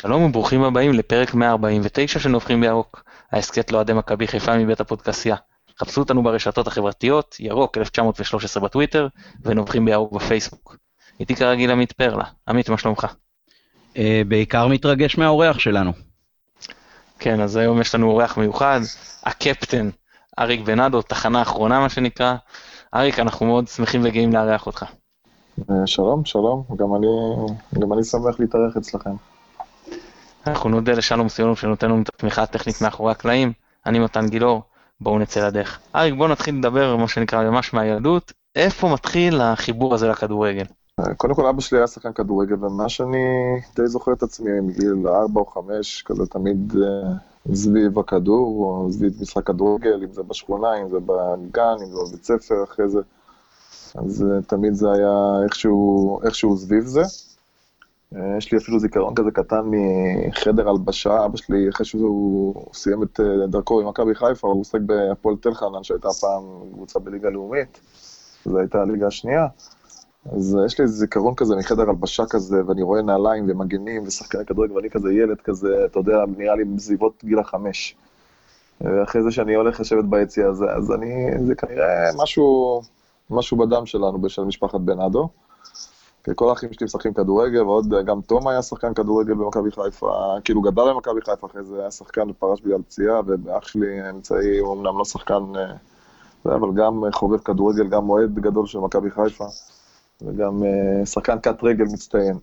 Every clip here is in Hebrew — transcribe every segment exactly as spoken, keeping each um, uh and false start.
שלום וברוכים הבאים לפרק מאה ארבעים ותשע של נובחים בירוק, ההסכת לאוהדי מכבי חיפה מבית הפודקאסיה. חפשו אותנו ברשתות החברתיות, ירוק אלף תשע מאות ושלוש עשרה בטוויטר, ונובחים בירוק בפייסבוק. איתי כרגיל עמית פרלה. עמית, מה שלומך? בעיקר מתרגש מהאורח שלנו. כן, אז היום יש לנו אורח מיוחד, הקפטן, אריק בנאדו, תחנה אחרונה מה שנקרא. אריק, אנחנו מאוד שמחים וגאים לארח אותך. שלום, שלום, גם אני, גם אני שמח להתארח אצלכם. אנחנו נודה לשלום סיונוב שנותן לנו את התמיכה הטכנית מאחורי הקלעים. אני מתן גילאור, בואו נצא לדרך. אריק, בואו נתחיל לדבר מה שנקרא ממש מהילדות. איפה מתחיל החיבור הזה לכדורגל? קודם כל, אבא שלי היה שחקן כדורגל, ומה שאני די זוכר את עצמי מגיל ארבע או חמש, כזה תמיד סביב הכדור, או סביב משחק כדורגל, אם זה בשכונה, אם זה בגן, אם זה בבית ספר אחרי זה. אז תמיד זה היה איכשהו, איכשהו סביב זה. יש לי אפילו זיכרון כזה קטן מחדר הלבשה, אבא שלי אחרי שהוא סיים את דרכו במכבי חיפה, הוא עוסק בהפועל תל חנן, שהייתה פעם קבוצה בליגה לאומית, זו הייתה הליגה השנייה. אז יש לי זיכרון כזה מחדר הלבשה כזה, ואני רואה נעליים ומגנים ושחקני כדורגל, ואני כזה ילד כזה, אתה יודע, נראה לי בסביבות גיל החמש. ואחרי זה שאני הולך לשבת ביציאה הזה, אז אני, זה כנראה משהו... משהו בדם שלנו, של משפחת בנאדו. כל האחים שלי משחקים כדורגל, ועוד גם תום היה שחקן כדורגל במכבי חיפה, כאילו גדל במכבי חיפה, אחרי זה היה שחקן ופרש בגלל פציעה, ואח שלי אמצעי, הוא אמנם לא שחקן, אבל גם חובב כדורגל, גם מועד גדול של מכבי חיפה, וגם שחקן קט רגל מצטיין.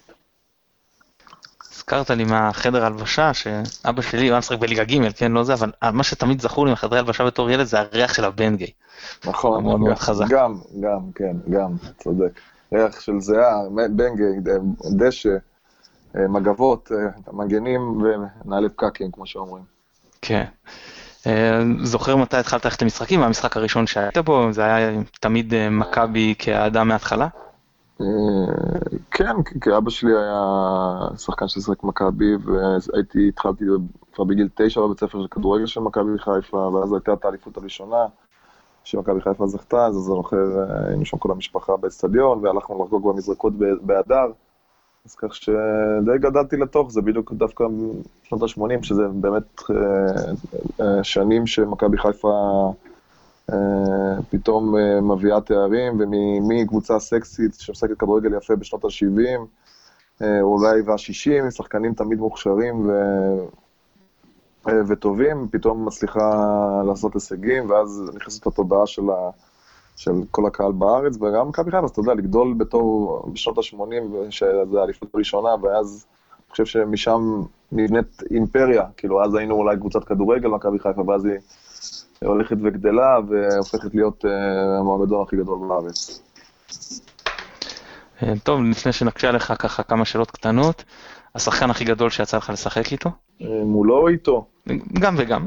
הזכרת לי מהחדר הלבשה, שאבא שלי הוא היה משחק בליגה ג', כן, לא זה, אבל מה שתמיד זכור לי מהחדר הלבשה בתור ילד, זה הריח של הבנגי. נכון, גם, גם, כן, גם, צודק. ריח של זהה, בנגי, דשא, מגבות, מגנים ונעלי פקקים, כמו שאומרים. כן. זוכר מתי התחלת ללכת למשחקים? המשחק הראשון שהיית בו, זה היה תמיד מכבי כאדם מההתחלה? כן, כי אבא שלי היה שחקן ששחק מכבי, והייתי, התחלתי כבר בגיל תשע בבית ספר של כדורגל של מכבי חיפה, ואז הייתה את האליפות הראשונה, שמכבי חיפה זכתה, אז אני זוכר, היינו שם כל המשפחה באצטדיון, והלכנו לחגוג במזרקות באדר, אז כך שדי גדלתי לתוך זה, בדיוק דווקא בשנות ה-שמונים, שזה באמת שנים שמכבי חיפה פתאום מביאה תארים, ומקבוצה סקסית שמשחקת כדורגל יפה בשנות ה-שבעים, אולי וה-שישים, שחקנים תמיד מוכשרים ו... וטובים, פתאום מצליחה לעשות הישגים, ואז נכנסת לתודעה של, ה... של כל הקהל בארץ, וגם מכבי חיפה, אז אתה יודע, לגדול בתור בשנות ה-שמונים, שזה האליפות הראשונה, ואז אני חושב שמשם נבנית אימפריה, כאילו אז היינו אולי קבוצת כדורגל מכבי חיפה, ואז היא הולכת וגדלה, והופכת להיות המועמדון הכי גדול בארץ. טוב, לפני שנקשה עליך ככה כמה שאלות קטנות, השחקן הכי גדול שיצא לך לשחק איתו? מולו או איתו? גם וגם.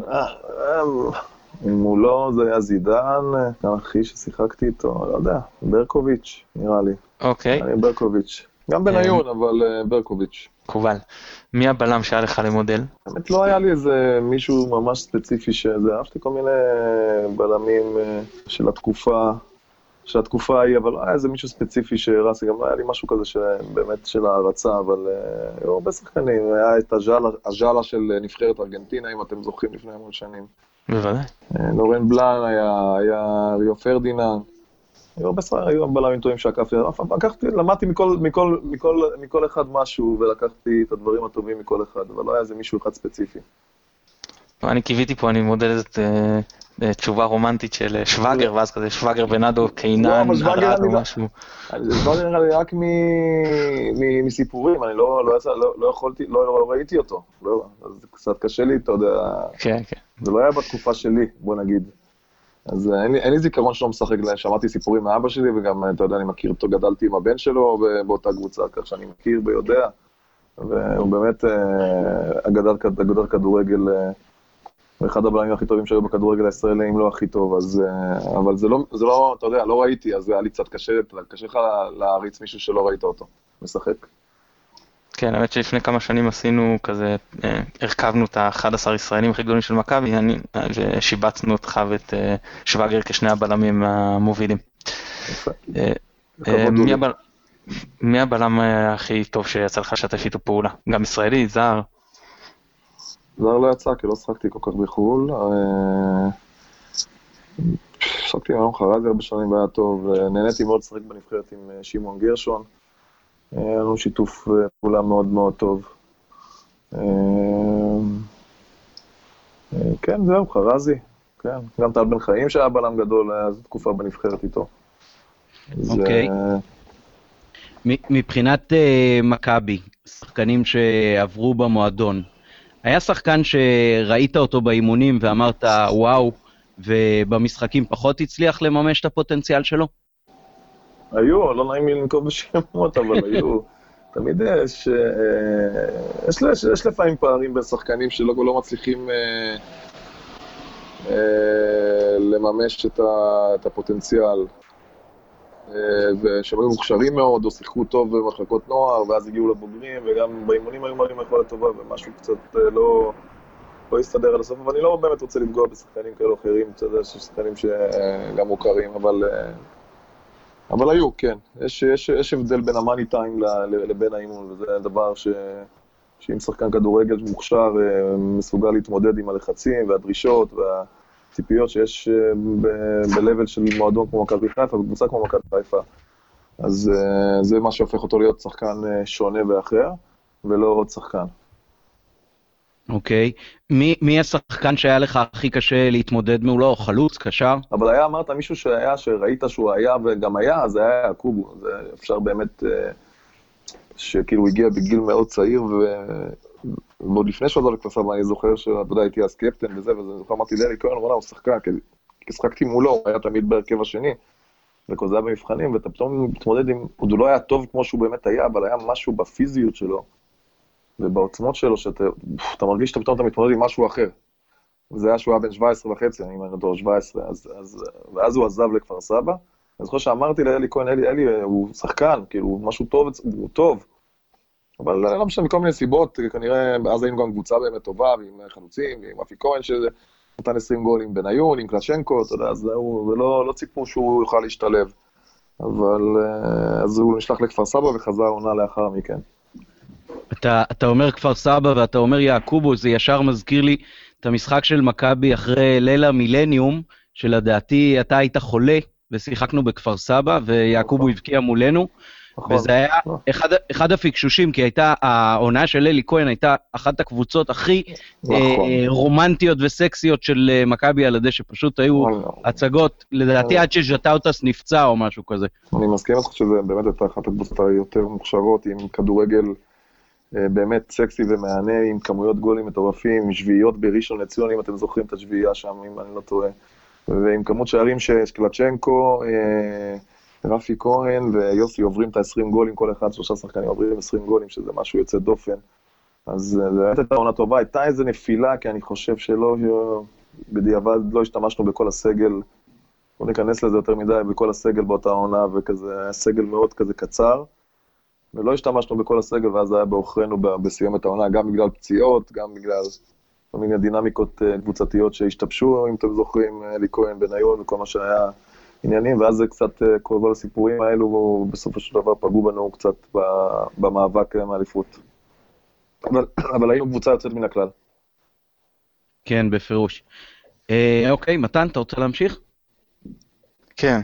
מולו זה היה זידן, אחי ששיחקתי איתו, לא יודע, ברקוביץ' נראה לי. אוקיי. ברקוביץ'. גם בניון, אבל ברקוביץ'. קובל. מי הבלם שהיה לך למודל? באמת לא היה לי איזה מישהו ממש ספציפי שזה, אהבתי כל מיני בלמים של התקופה, של התקופה ההיא, אבל לא היה איזה מישהו ספציפי שרסי, גם לא היה לי משהו כזה שבאמת של הערצה, אבל היו הרבה שחקנים, היה את הז'אלה של נבחרת ארגנטינה, אם אתם זוכרים לפני המון שנים. בוודאי. לורן בלן היה, היה ריו פרדיננד, היו הרבה שחקנים, היו בלמים טובים שעקפתי, לקחתי, למדתי מכל, מכל, מכל, מכל אחד משהו, ולקחתי את הדברים הטובים מכל אחד, אבל לא היה איזה מישהו אחד ספציפי. אני קיוויתי פה, אני מודד את תשובה רומנטית של שווגר, ואז כזה שווגר בנאדו, קיינן, ארד או משהו. שווגר נראה לי רק מסיפורים, אני לא יכולתי, לא ראיתי אותו, אז קצת קשה לי, אתה יודע, זה לא היה בתקופה שלי, בוא נגיד. אז אין לי זיכרון שלא משחק להם, שמעתי סיפורים מאבא שלי, וגם, אתה יודע, אני מכיר אותו, גדלתי עם הבן שלו באותה קבוצה, כך שאני מכיר ויודע, והוא באמת אגדת כדורגל, ואחד הבלמים הכי טובים שהיו בכדורגל הישראלי, אם לא הכי טוב, אז, אבל זה לא, זה לא, אתה יודע, לא ראיתי, אז היה לי קצת קשה, קשה לך להריץ מישהו שלא ראית אותו, משחק. כן, האמת שלפני כמה שנים עשינו כזה, הרכבנו את ה-אחד עשר ישראלים הכי גדולים של מכבי, ושיבצנו אותך ואת שווגר כשני הבלמים המובילים. מי הבלם הכי טוב שיצא לך לשתף איתו פעולה? גם ישראלי, זר? זר לא יצא, כי לא שחקתי כל כך בחו"ל. אה, שחקתי עם אלון חרזי הרבה שנים והיה טוב. אה, נהניתי מאוד לשחק בנבחרת עם אה, שמעון גרשון. אה, היה לנו שיתוף אה, פעולה מאוד מאוד טוב. אה, אה, כן, זהו, חרזי. כן, גם טל בן חיים שהיה בלם גדול, היה זו תקופה בנבחרת איתו. אז, אוקיי. אה, מ- מבחינת אה, מכבי, שחקנים שעברו במועדון, היה שחקן שראית אותו באימונים ואמרת וואו, ובמשחקים פחות הצליח לממש את הפוטנציאל שלו? היו, לא נעים לי לנקוב בשמות, אבל היו. תמיד יש, אה, יש, יש, יש לפעמים פערים בין שחקנים שלא לא מצליחים אה, אה, לממש את, ה, את הפוטנציאל. אה, ושהם היו מוכשרים מאוד, או שיחקו טוב במחלקות נוער, ואז הגיעו לבוגרים, וגם באימונים היו מראים יכולת טובה, ומשהו קצת אה, לא, לא הסתדר עד הסוף, אבל אני לא באמת רוצה לפגוע בשחקנים כאלו אחרים, אתה יודע, שיש שחקנים שגם מוכרים, אבל... אה, אבל היו, כן. יש, יש, יש הבדל בין המאני טיים לבין האימון, וזה דבר ש... שאם שחקן כדורגל מוכשר מסוגל להתמודד עם הלחצים והדרישות והציפיות שיש ב-level של מועדון כמו מכבי חיפה, בקבוצה כמו מכבי חיפה. אז זה מה שהופך אותו להיות שחקן שונה ואחר, ולא עוד שחקן. אוקיי. מי, מי השחקן שהיה לך הכי קשה להתמודד מולו? חלוץ, קשר? אבל היה, אמרת, מישהו שהיה, שראית שהוא היה וגם היה, זה היה יעקובו. זה אפשר באמת, שכאילו הגיע בגיל מאוד צעיר, ועוד לפני שהוא עזב לכפר סבא, אני זוכר שאתה יודע, הייתי אז קפטן וזה, וזה זוכר, אמרתי לאלי כהן, וואלה, הוא שחקן, כי שחקתי מולו, הוא היה תמיד בהרכב השני, וכל זה היה במבחנים, ואתה פתאום מתמודד עם, עוד הוא לא היה טוב כמו שהוא באמת היה, אבל היה משהו בפיזיות שלו, ובעוצמות שלו, שאתה אתה מרגיש שאתה פתאום אתה מתמודד עם משהו אחר. וזה היה שהוא היה בן שבע עשרה וחצי, אני אומר אותו שבע עשרה, אז, אז, ואז הוא עזב לכפר סבא. אני זוכר שאמרתי לאלי כהן, אלי, אלי, הוא שחקן, כאילו, משהו טוב, הוא טוב. אבל לא משנה, מכל מיני סיבות, כנראה, אז היינו גם קבוצה באמת טובה, ועם חלוצים, ועם אפי כהן, שנתן עשרים גולים בניון, עם קלצ'נקו, אתה יודע, אז הוא, ולא לא ציפו שהוא יוכל להשתלב. אבל, אז הוא נשלח לכפר סבא וחזר עונה לאחר מכן. אתה, אתה אומר כפר סבא ואתה אומר יעקובו, זה ישר מזכיר לי את המשחק של מכבי אחרי לילה מילניום, שלדעתי אתה היית חולה, ושיחקנו בכפר סבא, ויעקובו הבקיע מולנו, וזה היה אחד, אחד הפיקשושים, כי הייתה, העונה של אלי כהן הייתה אחת הקבוצות הכי אה, רומנטיות וסקסיות של מכבי על הדשא, פשוט היו הצגות, לדעתי עד שז'טאוטס נפצע או משהו כזה. אני מסכים אותך שזה באמת הייתה אחת הקבוצות היותר מוכשרות, עם כדורגל באמת סקסי ומענה, עם כמויות גולים מטורפים, עם שביעיות בראשון לציון, אם אתם זוכרים את השביעייה שם, אם אני לא טועה, ועם כמות שערים שקלצ'נקו, רפי כהן ויוסי עוברים את ה-עשרים גולים, כל אחד, שלושה שחקנים עוברים עשרים גולים, שזה משהו יוצא דופן. אז זו הייתה עונה טובה, הייתה איזו נפילה, כי אני חושב שלא, בדיעבד לא השתמשנו בכל הסגל, לא ניכנס לזה יותר מדי, בכל הסגל באותה עונה, וכזה, סגל מאוד כזה קצר, ולא השתמשנו בכל הסגל, ואז היה באוכרנו בסיום את העונה, גם בגלל פציעות, גם בגלל כל מיני דינמיקות קבוצתיות שהשתבשו, אם אתם זוכרים, אלי כהן, בניון וכל מה שהיה עניינים, ואז זה קצת, כל הסיפורים האלו, בסופו של דבר פגעו בנו קצת במאבק מאליפות. אבל, אבל היינו קבוצה יוצאת מן הכלל. כן, בפירוש. אה, אוקיי, מתן, אתה רוצה להמשיך? כן.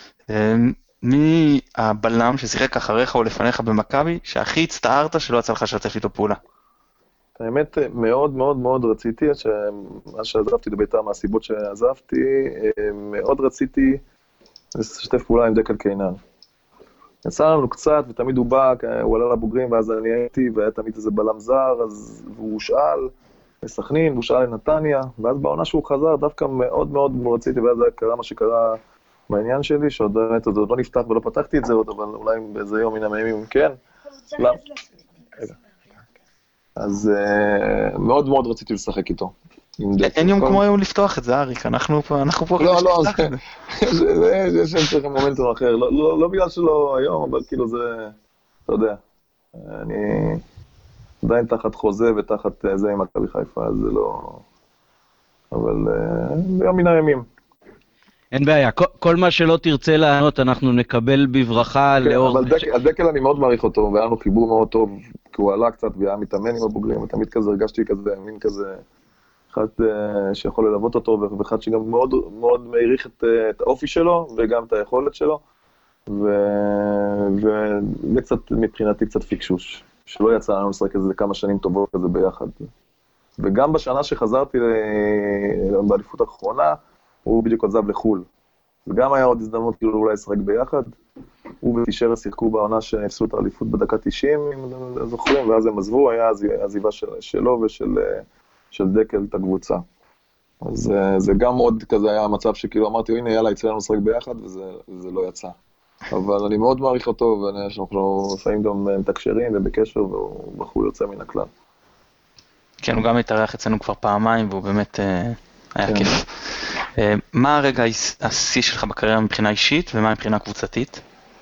מי הבלם ששיחק אחריך או לפניך במכבי, שהכי הצטערת שלא יצא לך לשתף איתו פעולה? האמת, מאוד מאוד מאוד רציתי, מה שעזבתי לביתר מהסיבות שעזבתי, מאוד רציתי לשתף פעולה עם דקל קיינן. יצא לנו קצת, ותמיד הוא בא, הוא עלה לבוגרים, ואז אני הייתי, והיה תמיד איזה בלם זר, אז הוא הושאל לסכנין, הוא הושאל לנתניה, ואז בעונה שהוא חזר, דווקא מאוד מאוד רציתי, ואז קרה מה שקרה בעניין שלי, שעוד באמת עוד לא נפתח ולא פתחתי את זה עוד, אבל אולי באיזה יום מן הימים, כן. אז מאוד מאוד רציתי לשחק איתו. אין יום כמו היום לפתוח את זה, אריק, אנחנו פה, אנחנו פה. לא, לא, זה שם צריך מומנטום אחר, לא בגלל שלא היום, אבל כאילו זה, אתה יודע, אני עדיין תחת חוזה ותחת זה עם מכבי חיפה, אז זה לא, אבל ביום מן הימים. אין בעיה, כל, כל מה שלא תרצה לענות אנחנו נקבל בברכה כן, לאור אבל זה. דק, הדקל אני מאוד מעריך אותו, והיה לנו חיבור מאוד טוב, כי הוא עלה קצת והיה מתאמן עם הבוגרים, ותמיד כזה הרגשתי כזה, מין כזה, אחד uh, שיכול ללוות אותו, ואחד שגם מאוד, מאוד מעריך את, uh, את האופי שלו, וגם את היכולת שלו, וזה קצת, מבחינתי קצת פיקשוש, שלא יצא לנו לשחק איזה כמה שנים טובות כזה ביחד. וגם בשנה שחזרתי באליפות האחרונה, הוא בדיוק עזב לחול. וגם היה עוד הזדמנות כאילו אולי לשחק ביחד. הוא וטישרה שיחקו בעונה שהפסו את האליפות בדקה תשעים, אם אתם זוכרים, ואז הם עזבו, היה עזיבה של, שלו ושל של דקל את הקבוצה. אז זה גם עוד כזה היה המצב שכאילו אמרתי, הנה יאללה, יצא לנו לשחק ביחד, וזה, וזה לא יצא. אבל אני מאוד מעריך אותו, ואנחנו לפעמים גם מתקשרים ובקשר, והוא בחור יוצא מן הכלל. כן, הוא גם התארח אצלנו כבר פעמיים, והוא באמת אה, היה כן. כיף. אה, מה הרגע השיא שלך בקריירה מבחינה אישית, ומה מבחינה קבוצתית?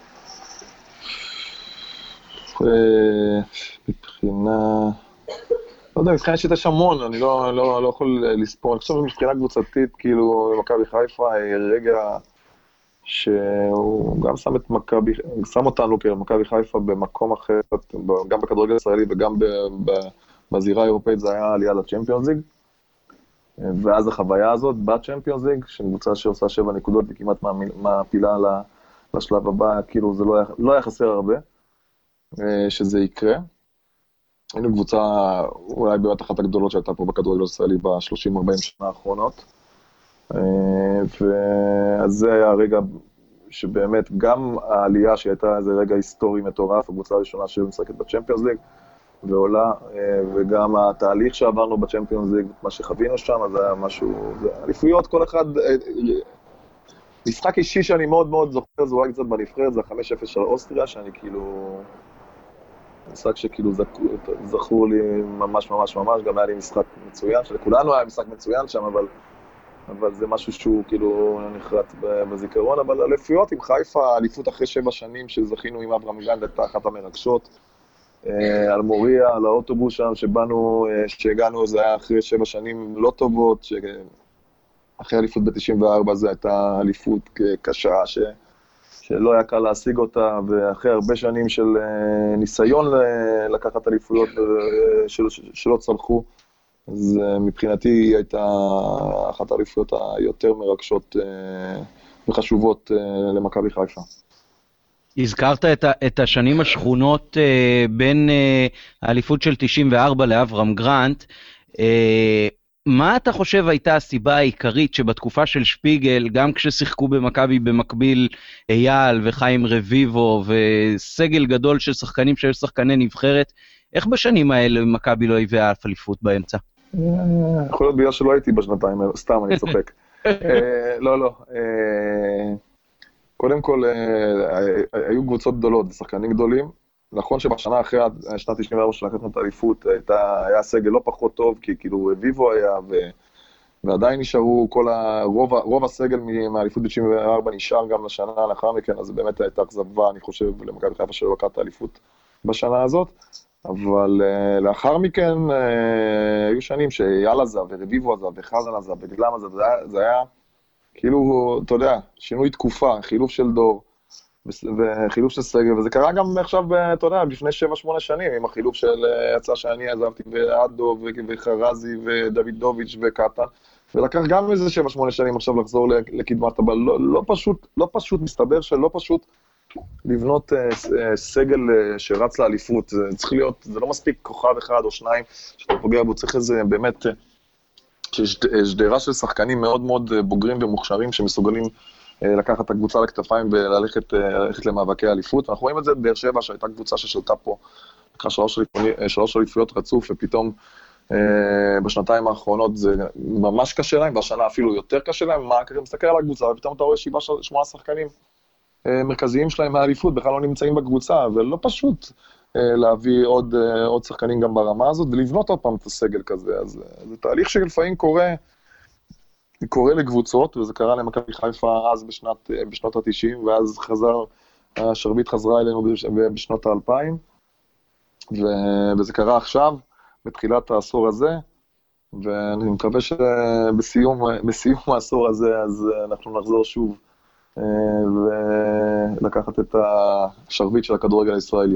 אה, מבחינה... לא יודע, מבחינה אישית יש המון, אני לא, לא, לא יכול לספור. אני חושב מבחינה קבוצתית, כאילו, במכבי חיפה, רגע שהוא גם שם את מכבי, שם אותנו כמכבי חיפה במקום אחר, גם בכדורגל הישראלי וגם ב, ב, בזירה האירופאית, זה היה עלייה לצ'מפיונס ליג. ואז החוויה הזאת, בצ'מפיונס ליג, שקבוצה שעושה שבע נקודות וכמעט מעפילה לשלב הבא, כאילו זה לא היה, לא היה חסר הרבה, שזה יקרה. היינו קבוצה, אולי באמת אחת הגדולות שהייתה פה בכדורגל הישראלי ב-שלושים ארבעים שנה האחרונות. ואז זה היה הרגע שבאמת גם העלייה שהייתה איזה רגע היסטורי מטורף, הקבוצה הראשונה שמשחקת בצ'מפיונס ליג, ועולה, וגם התהליך שעברנו בצ'מפיונס ליג, מה שחווינו שם, זה היה משהו, זה אליפויות, כל אחד, משחק אישי שאני מאוד מאוד זוכר, זה אולי קצת בנבחרת, זה ה-חמש אפס של אוסטריה, שאני כאילו, משחק שכאילו זכור לי ממש ממש ממש, גם היה לי משחק מצוין, שלכולנו היה משחק מצוין שם, אבל, אבל זה משהו שהוא כאילו נחרט בזיכרון, אבל אליפויות עם חיפה, אליפות אחרי שבע שנים שזכינו עם אברהם גנד, הייתה אחת המרגשות, על מוריה, על האוטובוס שם, שבאנו, שהגענו, זה היה אחרי שבע שנים לא טובות, שאחרי אליפות ב-תשעים וארבע זה הייתה אליפות קשה, ש... שלא היה קל להשיג אותה, ואחרי הרבה שנים של ניסיון לקחת אליפויות של... שלא צלחו, אז מבחינתי היא הייתה אחת האליפויות היותר מרגשות וחשובות למכבי חיפה. הזכרת את, ה, את השנים השכונות אה, בין אה, האליפות של תשעים וארבע לאברהם גרנט. אה, מה אתה חושב הייתה הסיבה העיקרית שבתקופה של שפיגל, גם כששיחקו במכבי במקביל אייל וחיים רביבו וסגל גדול של שחקנים שהיו שחקני נבחרת, איך בשנים האלה מכבי לא הביאה אף אליפות באמצע? יכול להיות בגלל שלא הייתי בשנתיים, סתם אני צוחק. לא, לא. קודם כל, היו קבוצות גדולות, שחקנים גדולים. נכון שבשנה אחרי, שנת תשעים וארבע שלקחנו את האליפות, היה סגל לא פחות טוב, כי כאילו ויבו היה, ועדיין נשארו, כל הרוב, רוב הסגל מהאליפות ב-תשעים וארבע נשאר גם לשנה לאחר מכן, אז באמת הייתה אכזבה, אני חושב, למכבי חיפה שלא לקחה את האליפות בשנה הזאת. אבל לאחר מכן, היו שנים שאייל עזב, ורביבו עזב, וחזן עזב, וגלם עזב, זה היה... כאילו, אתה יודע, שינוי תקופה, חילוף של דור, וחילוף של סגל, וזה קרה גם עכשיו, אתה יודע, לפני שבע שמונה שנים, עם החילוף של יצא שאני עזבתי, ואדו, וחרזי, ודוידוביץ' וקטן, ולקח גם איזה שבע שמונה שנים עכשיו לחזור לקדמת, אבל לא, לא פשוט, לא פשוט, מסתבר שלא פשוט לבנות סגל שרץ לאליפות, זה צריך להיות, זה לא מספיק כוכב אחד או שניים, שאתה פוגע בו, צריך איזה באמת... שיש שדרה של שחקנים מאוד מאוד בוגרים ומוכשרים שמסוגלים לקחת את הקבוצה לכתפיים וללכת ללכת למאבקי האליפות. אנחנו רואים את זה באר שבע שהייתה קבוצה ששלטה פה, לקחה שלוש, שלוש אליפויות רצוף, ופתאום בשנתיים האחרונות זה ממש קשה להם, והשנה אפילו יותר קשה להם, מה אתה מסתכל על הקבוצה, ופתאום אתה רואה שבעה שמונה שחקנים מרכזיים שלהם מהאליפות, בכלל לא נמצאים בקבוצה, ולא פשוט להביא עוד, עוד שחקנים גם ברמה הזאת, ולבנות עוד פעם את הסגל כזה. אז זה תהליך שלפעמים קורה, קורה לקבוצות, וזה קרה למכבי חיפה אז בשנת, בשנות ה-תשעים, ואז חזר, השרביט חזרה אלינו בשנות ה-אלפיים, וזה קרה עכשיו, בתחילת העשור הזה, ואני מקווה שבסיום בסיום העשור הזה, אז אנחנו נחזור שוב ולקחת את השרביט של הכדורגל הישראלי.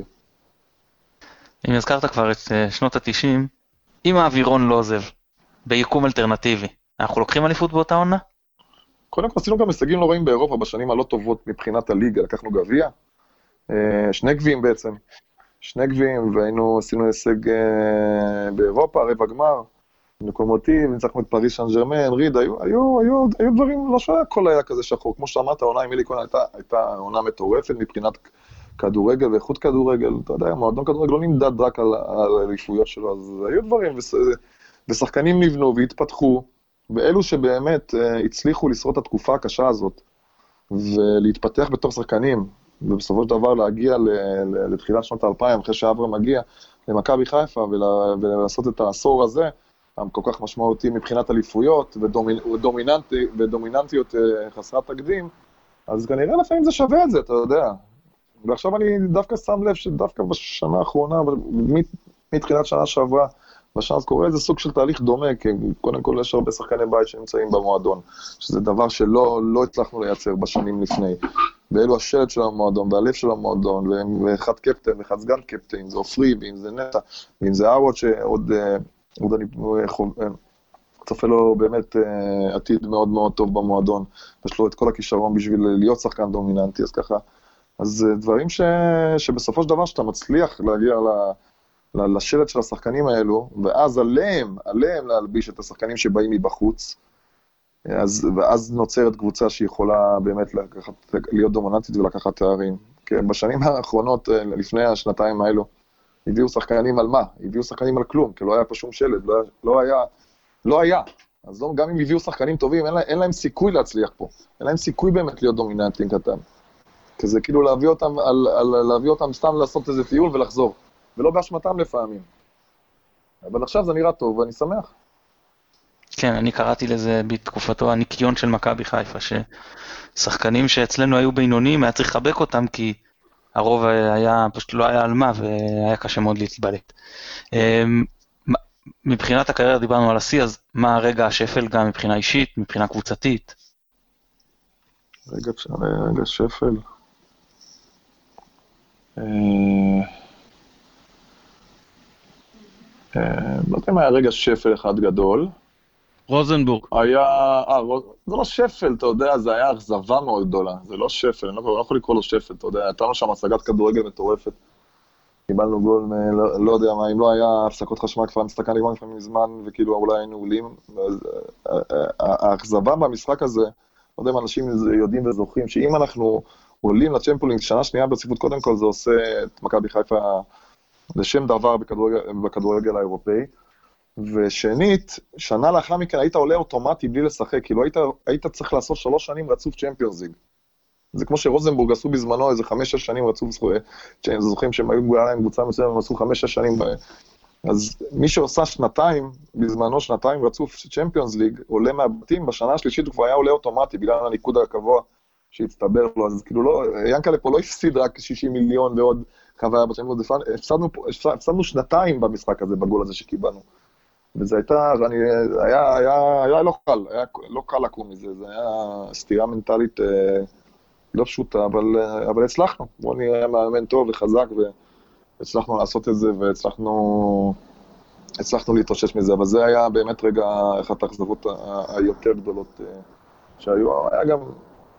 אם הזכרת כבר את שנות ה-תשעים, אם האווירון לא עוזב, ביקום אלטרנטיבי, אנחנו לוקחים אליפות באותה עונה? קודם כל עשינו גם הישגים לא רואים באירופה בשנים הלא טובות מבחינת הליגה, לקחנו גביע, שני גביעים בעצם, שני גביעים, והיינו, עשינו הישג באירופה, רבע גמר, נקומוטיב, ניצחנו את פריז סן ז'רמן, ריד, היו, היו, היו, היו דברים, לא שהכל היה כזה שחור, כמו שאמרת, העונה עם אלי כהן הייתה, הייתה עונה מטורפת מבחינת כדורגל ואיכות כדורגל, אתה יודע, מועדון כדורגל לא נמדד רק על האליפויות שלו, אז היו דברים, ושחקנים נבנו והתפתחו, ואלו שבאמת הצליחו לשרוד את התקופה הקשה הזאת, ולהתפתח בתור שחקנים, ובסופו של דבר להגיע לתחילת שנות האלפיים, אחרי שאברהם מגיע למכבי חיפה, ולעשות את העשור הזה, כל כך משמעותי מבחינת אליפויות, ודומיננטיות חסרת תקדים, אז כנראה לפעמים זה שווה את זה, אתה יודע. ועכשיו אני דווקא שם לב שדווקא בשנה האחרונה, מתחילת שנה שעברה, בשנה קורה איזה סוג של תהליך דומה, כי קודם כל יש הרבה שחקני בית שנמצאים במועדון, שזה דבר שלא לא הצלחנו לייצר בשנים לפני. ואלו השלט של המועדון, והלב של המועדון, ואחד קפטן, ואחד סגן קפטן, זה אופרי, ואם זה נטע, ואם זה ארוט, שעוד עוד אני צופה לו באמת עתיד מאוד מאוד טוב במועדון, יש לו את כל הכישרון בשביל להיות שחקן דומיננטי, אז ככה. אז דברים ש... שבסופו של דבר שאתה מצליח להגיע ל... לשלט של השחקנים האלו, ואז עליהם, עליהם להלביש את השחקנים שבאים מבחוץ, אז, ואז נוצרת קבוצה שיכולה באמת לקחת, להיות דומיננטית ולקחת תארים. כי בשנים האחרונות, לפני השנתיים האלו, הביאו שחקנים על מה? הביאו שחקנים על כלום, כי לא היה פה שום שלט, לא, לא היה, לא היה. אז לא, גם אם הביאו שחקנים טובים, אין, לה, אין להם סיכוי להצליח פה. אין להם סיכוי באמת להיות דומיננטיים קטן. כי זה כאילו להביא אותם, על, על, להביא אותם סתם לעשות איזה טיול ולחזור. ולא באשמתם לפעמים. אבל עכשיו זה נראה טוב, ואני שמח. כן, אני קראתי לזה בתקופתו הניקיון של מכבי חיפה, ששחקנים שאצלנו היו בינוניים, היה צריך לחבק אותם, כי הרוב היה, פשוט לא היה על מה, והיה קשה מאוד להתבלט. מבחינת הקריירה דיברנו על השיא, אז מה הרגע השפל גם מבחינה אישית, מבחינה קבוצתית? רגע, רגע שפל. לא יודע אם היה רגע שפל אחד גדול. רוזנבורג. היה, אה, זה לא שפל, אתה יודע, זה היה אכזבה מאוד גדולה, זה לא שפל, אני לא יכול לקרוא לו שפל, אתה יודע, הייתה לנו שם השגת כדורגל מטורפת, קיבלנו גול, לא, לא יודע מה, אם לא היה הפסקות חשמל, כבר נסתכל לגמרי לפעמים מזמן, וכאילו אולי היינו עולים, האכזבה במשחק הזה, לא יודע אם אנשים יודעים וזוכרים, שאם אנחנו עולים לצ'מפיונס שנה שנייה ברציפות, קודם כל זה עושה את מכבי חיפה לשם דבר בכדורגל, בכדורגל האירופאי, ושנית, שנה לאחר מכן היית עולה אוטומטי בלי לשחק, כאילו היית, היית צריך לעשות שלוש שנים רצוף צ'מפיונס ליג. זה כמו שרוזנבורג עשו בזמנו איזה חמש שש שנים רצוף, זוכרים שהם היו גאלה עם קבוצה מסוימת, הם עשו חמש שש שנים. אז מי שעושה שנתיים, בזמנו שנתיים רצוף צ'מפיונס ליג, עולה מהבתים, בשנה השלישית הוא כבר היה עולה אוטומטי, בגלל הניקוד הקבוע שהצטבר לו, אז כאילו לא, ינקלה פה לא הפסיד רק שישים מיליון ועוד חוויה בצ'מפיונס, הפסדנו, הפסדנו שנתיים במשחק הזה, בגול הזה שקיבלנו. וזה הייתה, אני, היה, היה, היה לא קל, היה לא קל לקום מזה, זה היה סתירה מנטלית אה, לא פשוטה, אבל, אבל הצלחנו, בואו נראה מאמן טוב וחזק, והצלחנו לעשות את זה, והצלחנו הצלחנו להתרושש מזה, אבל זה היה באמת רגע, אחת האכזבות היותר גדולות אה, שהיו, היה גם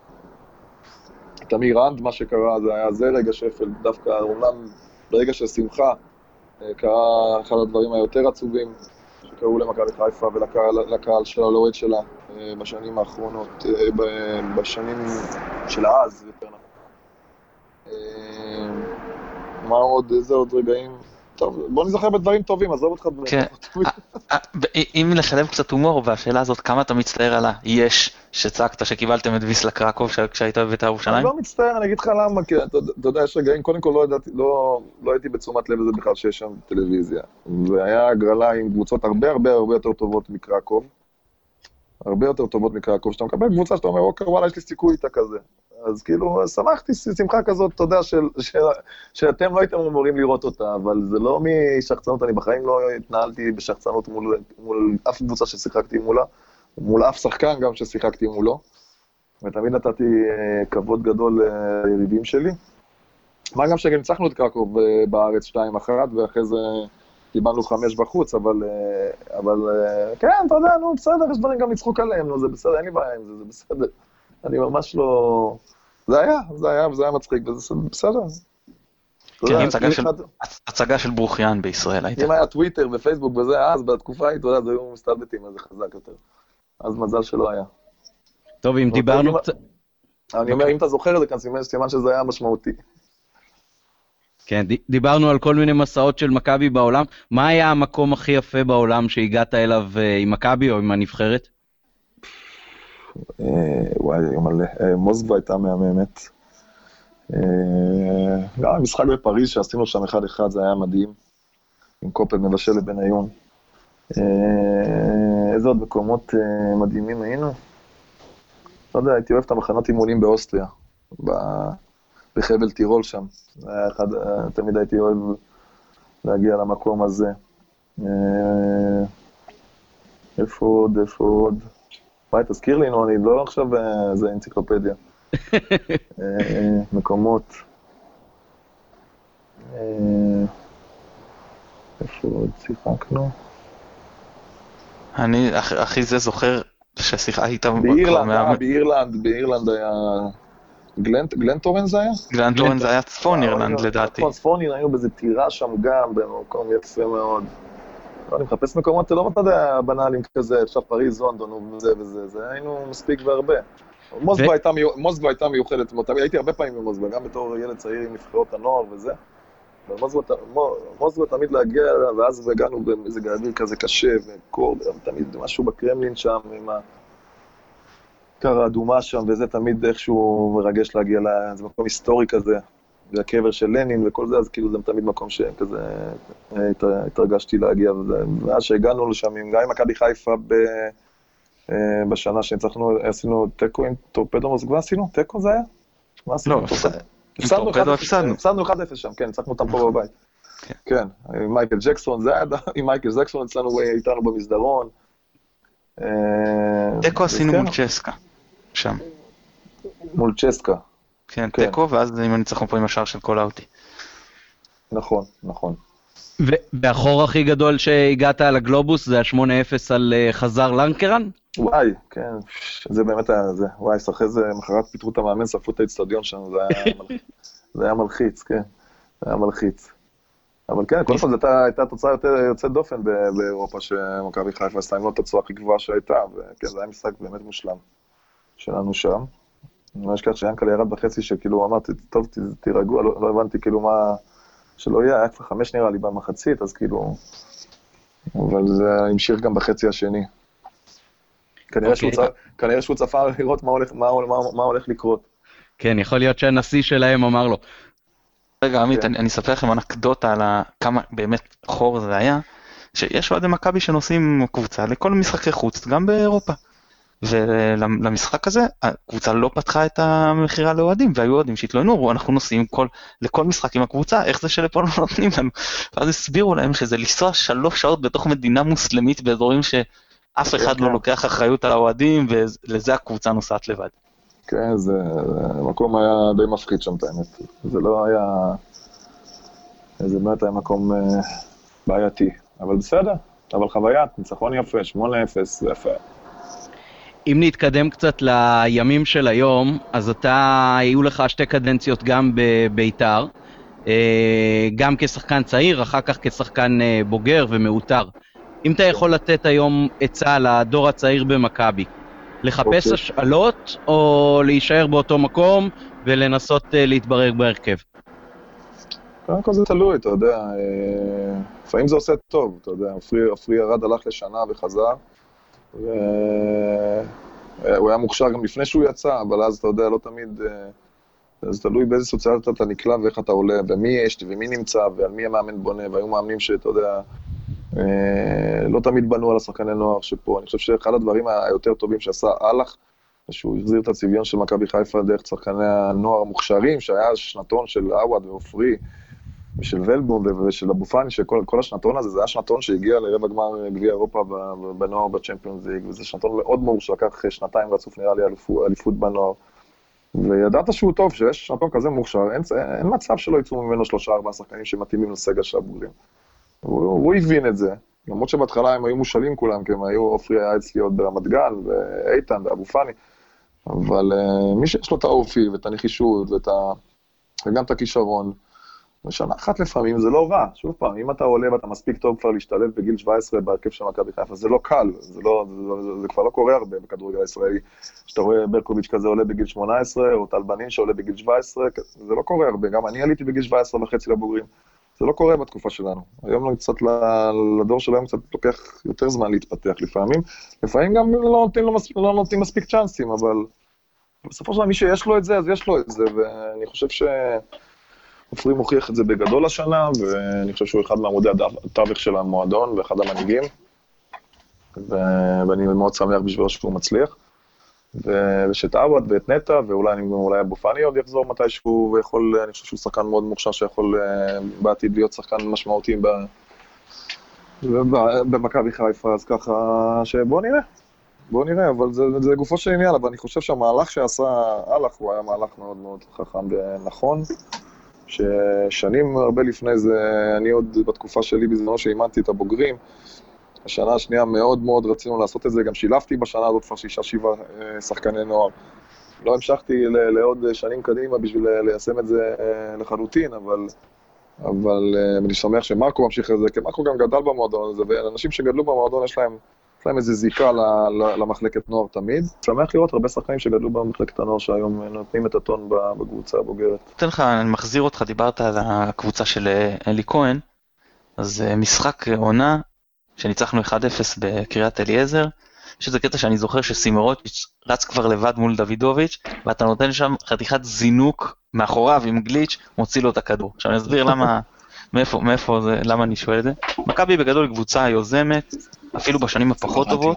תמיר רנד, מה שקרה, זה היה זה רגע שפל, דווקא אומנם ברגע של שמחה, אה, קרה אחד הדברים היותר עצובים, שקראו למכבי חיפה ולקהל שלה, לאוהד שלה, בשנים האחרונות, בשנים של אז, יותר נכון. מה עוד, איזה עוד רגעים? טוב, בוא נזכר בדברים טובים, עזוב אותך דברים טובים. אם לשלב קצת הומור, והשאלה הזאת, כמה אתה מצטער על היש שצעקת שקיבלתם את ויסלה קרקוב כשהיית בבית"ר ירושלים? אני לא מצטער, אני אגיד לך למה, כי אתה יודע, יש רגעים, קודם כל לא הייתי בתשומת לב לזה בכלל שיש שם טלוויזיה, והיה הגרלה עם קבוצות הרבה הרבה הרבה יותר טובות מקרקוב, הרבה יותר טובות מקרקוב, שאתה מקבל קבוצה שאתה אומר, אוקיי, וואלה, יש לי סיכוי איתה כזה. אז כאילו, שמחתי, שמחה כזאת, אתה יודע, של, של, שאתם לא הייתם אמורים לראות אותה, אבל זה לא משחצנות, אני בחיים לא התנהלתי בשחצנות מול, מול אף קבוצה ששיחקתי מולה, מול אף שחקן גם ששיחקתי מולו, ותמיד נתתי כבוד גדול ליריבים שלי. מה גם שגם ניצחנו את קרקוב בארץ שתיים אחת, ואחרי זה קיבלנו חמש בחוץ, אבל, אבל כן, אתה יודע, נו, בסדר, יש דברים גם לצחוק עליהם, נו, זה בסדר, אין לי בעיה עם זה, זה בסדר. אני ממש לא... זה היה, זה היה, וזה היה מצחיק, וזה בסדר. כן, הצגה של ברוכיאן בישראל הייתה. אם היה טוויטר ופייסבוק וזה, אז בתקופה ההיא, אתה יודע, זה היו מסתלבטים, אז זה חזק יותר. אז מזל שלא היה. טוב, אם דיברנו קצת... אני אומר, אם אתה זוכר את זה כאן, סימן שזה היה משמעותי. כן, דיברנו על כל מיני מסעות של מכבי בעולם. מה היה המקום הכי יפה בעולם שהגעת אליו עם מכבי או עם הנבחרת? וואי, מלא. מוסקבה הייתה מהממת. גם המשחק בפריז שעשינו שם אחד אחד, זה היה מדהים. עם קופל מבשל לבניון. איזה עוד מקומות מדהימים היינו? לא יודע, הייתי אוהב את המחנות אימונים באוסטריה. בחבל טירול שם. זה היה אחד, תמיד הייתי אוהב להגיע למקום הזה. איפה עוד, איפה עוד? וואי, תזכיר לי, נו, אני לא עכשיו, זה אנציקלופדיה. מקומות. איפה עוד שיחקנו? אני הכי זה זוכר ששיחה הייתה... באירלנד, באירלנד, באירלנד היה... גלנטורן זה היה? גלנטורן זה היה צפון אירלנד לדעתי. צפון אירלנד, היינו באיזה טירה שם גם, במקום יפה מאוד. אני מחפש מקומות, אתה לא יודע, בנאלים כזה, עכשיו פריז, לונדון וזה וזה, זה היינו מספיק והרבה. מוסקבה הייתה מיוחדת, הייתי הרבה פעמים במוסקבה, גם בתור ילד צעיר עם נבחרות הנוער וזה. מוסקבה תמיד להגיע, ואז הגענו באיזה גאוויר כזה קשה וקור, תמיד משהו בקרמלין שם, עם הקר האדומה שם, וזה תמיד איכשהו מרגש להגיע, זה מקום היסטורי כזה. והקבר של לנין וכל זה, אז כאילו זה תמיד מקום שכזה התרגשתי להגיע, ואז שהגענו לשם, גם עם מכבי חיפה בשנה שניצחנו, עשינו טקו עם טורפדו מוסקבה, עשינו? טקו זה היה? לא, עם טורפדו הפסדנו. הפסדנו אחד אפס שם, כן, ניצחנו אותם פה בבית. כן, עם מייקל ג'קסון, זה היה עם מייקל ג'קסון, אצלנו איתנו במסדרון. טקו עשינו מול צ'סקה, שם. מול צ'סקה. כן, טקו, ואז אם ניצחנו פה עם השאר של קול אאוטי. נכון, נכון. והחור הכי גדול שהגעת על הגלובוס, זה ה-שמונה אפס על חזר לנקרן? וואי, כן, זה באמת היה זה. וואי, אחרי זה, מחרת פיתרו את המאמן, שרפו את האצטדיון שם, זה היה מלחיץ, כן. זה היה מלחיץ. אבל כן, קודם כל, זו הייתה תוצאה יותר יוצאת דופן באירופה, שמכבי חיפה עשתה עם לא תצועה הכי גבוהה שהייתה, וכן, זה היה משחק באמת מושלם שלנו שם. אני לא אשכח שיאנקל ירד בחצי שכאילו אמרתי, טוב, תירגעו, לא, לא הבנתי כאילו מה, שלא יהיה, היה כבר חמש נראה לי במחצית, אז כאילו, אבל זה המשיך גם בחצי השני. כנראה, okay. שהוא, צפ... כנראה שהוא צפה לראות מה הולך, מה, מה, מה הולך לקרות. כן, יכול להיות שהנשיא שלהם אמר לו. רגע, עמית, אני, אני אספר לכם אנקדוטה על כמה באמת חור זה היה, שיש אוהדי מכבי שנוסעים קבוצה לכל משחקי חוץ, גם באירופה. ולמשחק הזה, הקבוצה לא פתחה את המחירה לאוהדים, והיו אוהדים שהתלוננו, אנחנו נוסעים כל, לכל משחק עם הקבוצה, איך זה שלפה לא נותנים לנו? ואז הסבירו להם שזה לנסוע שלוש שעות בתוך מדינה מוסלמית, באזורים שאף אחד לא לוקח אחריות על האוהדים, ולזה הקבוצה נוסעת לבד. כן, זה, המקום היה די מפחיד שם, באמת. זה לא היה, זה באמת היה מקום בעייתי, אבל בסדר, אבל חוויה, ניצחון יפה, שמונה אפס, זה יפה. אם נתקדם קצת לימים של היום, אז אתה, היו לך שתי קדנציות גם בביתר, גם כשחקן צעיר, אחר כך כשחקן בוגר ומאותר. אם אתה יכול לתת היום עצה לדור הצעיר במכבי, לחפש okay. השאלות או להישאר באותו מקום ולנסות להתברר בהרכב? קודם כל זה תלוי, אתה יודע, לפעמים זה עושה טוב, אתה יודע, אפרי ירד הלך לשנה וחזר, והוא היה מוכשר גם לפני שהוא יצא, אבל אז אתה יודע, לא תמיד, זה תלוי באיזה סוציאליות אתה נקלע ואיך אתה עולה, ומי יש ומי נמצא ועל מי המאמן בונה, והיו מאמנים שאתה יודע, לא תמיד בנו על השחקני נוער שפה. אני חושב שאחד הדברים היותר טובים שעשה הלך, שהוא החזיר את הצביון של מכבי חיפה דרך צרכני הנוער המוכשרים, שהיה שנתון של עווד ועופרי, ושל ולבום ושל אבו פאני, שכל כל השנתון הזה, זה היה שנתון שהגיע לרבע גמר גביע אירופה בנוער בצ'מפיונס ליג, וזה שנתון מאוד מאוד שלקח שנתיים רצוף נראה לי אליפות בנוער. וידעת שהוא טוב, שיש שנתון כזה מוכשר, אין, אין מצב שלא יצאו ממנו שלושה ארבעה שחקנים שמתאימים לסגל של הבוגרים. הוא, הוא הבין את זה, למרות שבהתחלה הם היו מושלים כולם, כי הם היו, עופרי היה אצלי עוד ברמת גן, ואיתן ואבו פאני, אבל uh, מי שיש לו את האופי ואת הנחישות ואת ה... וגם את הכישרון, ושנה אחת לפעמים זה לא רע. שוב פעם, אם אתה עולה ואתה מספיק טוב כבר להשתלב בגיל שבע עשרה בהרכב של מכבי חיפה, זה לא קל, זה, לא, זה, זה, זה כבר לא קורה הרבה בכדורגל הישראלי. שאתה רואה ברקוביץ' כזה עולה בגיל שמונה עשרה, או טל בנין שעולה בגיל שבע עשרה, זה לא קורה הרבה. גם אני עליתי בגיל שבע עשרה וחצי לבוגרים. זה לא קורה בתקופה שלנו. היום קצת לדור שלהם קצת לוקח יותר זמן להתפתח לפעמים. לפעמים גם לא נותנים, לא מספיק, לא נותנים מספיק צ'אנסים, אבל בסופו של דבר מי שיש לו את זה, אז יש לו את זה, ואני חושב ש... עופרי מוכיח את זה בגדול השנה, ואני חושב שהוא אחד מעמודי התווך של המועדון, ואחד המנהיגים, ואני מאוד שמח בשבילו שהוא מצליח, ושאת עווד ואת נטע, ואולי אולי אבו פאני עוד יחזור מתישהו, ויכול, אני חושב שהוא שחקן מאוד מוכשר, שיכול בעתיד להיות שחקן משמעותי במכבי חיפה, אז ככה שבוא נראה, בוא נראה, אבל זה, זה גופו של עניין, אבל אני חושב שהמהלך שעשה הלך, הוא היה מהלך מאוד מאוד חכם ונכון, ששנים הרבה לפני זה, אני עוד בתקופה שלי בזמנו שאימנתי את הבוגרים, השנה השנייה מאוד מאוד רצינו לעשות את זה, גם שילבתי בשנה הזאת כבר שישה שבעה שחקני נוער. לא המשכתי לעוד שנים קדימה בשביל ליישם את זה לחלוטין, אבל, אבל אני שמח שמרקו ממשיך את זה, כי מרקו גם גדל במועדון הזה, ואנשים שגדלו במועדון יש להם, יש להם איזו זיקה למחלקת נוער תמיד. שמח לראות הרבה שחקנים שגדלו במחלקת הנוער שהיום נותנים את הטון בקבוצה הבוגרת. אתן לך, אני מחזיר אותך, דיברת על הקבוצה של אלי כהן, אז משחק עונה שניצחנו אחד אפס בקריית אליעזר, יש איזה קטע שאני זוכר שסימרוטיץ' רץ כבר לבד מול דוידוביץ', ואתה נותן שם חתיכת זינוק מאחוריו עם גליץ', מוציא לו את הכדור. עכשיו אני אסביר למה, מאיפה, מאיפה זה, למה אני שואל את זה. מכבי בגדול קבוצה יוזמת, אפילו בשנים הפחות טובות,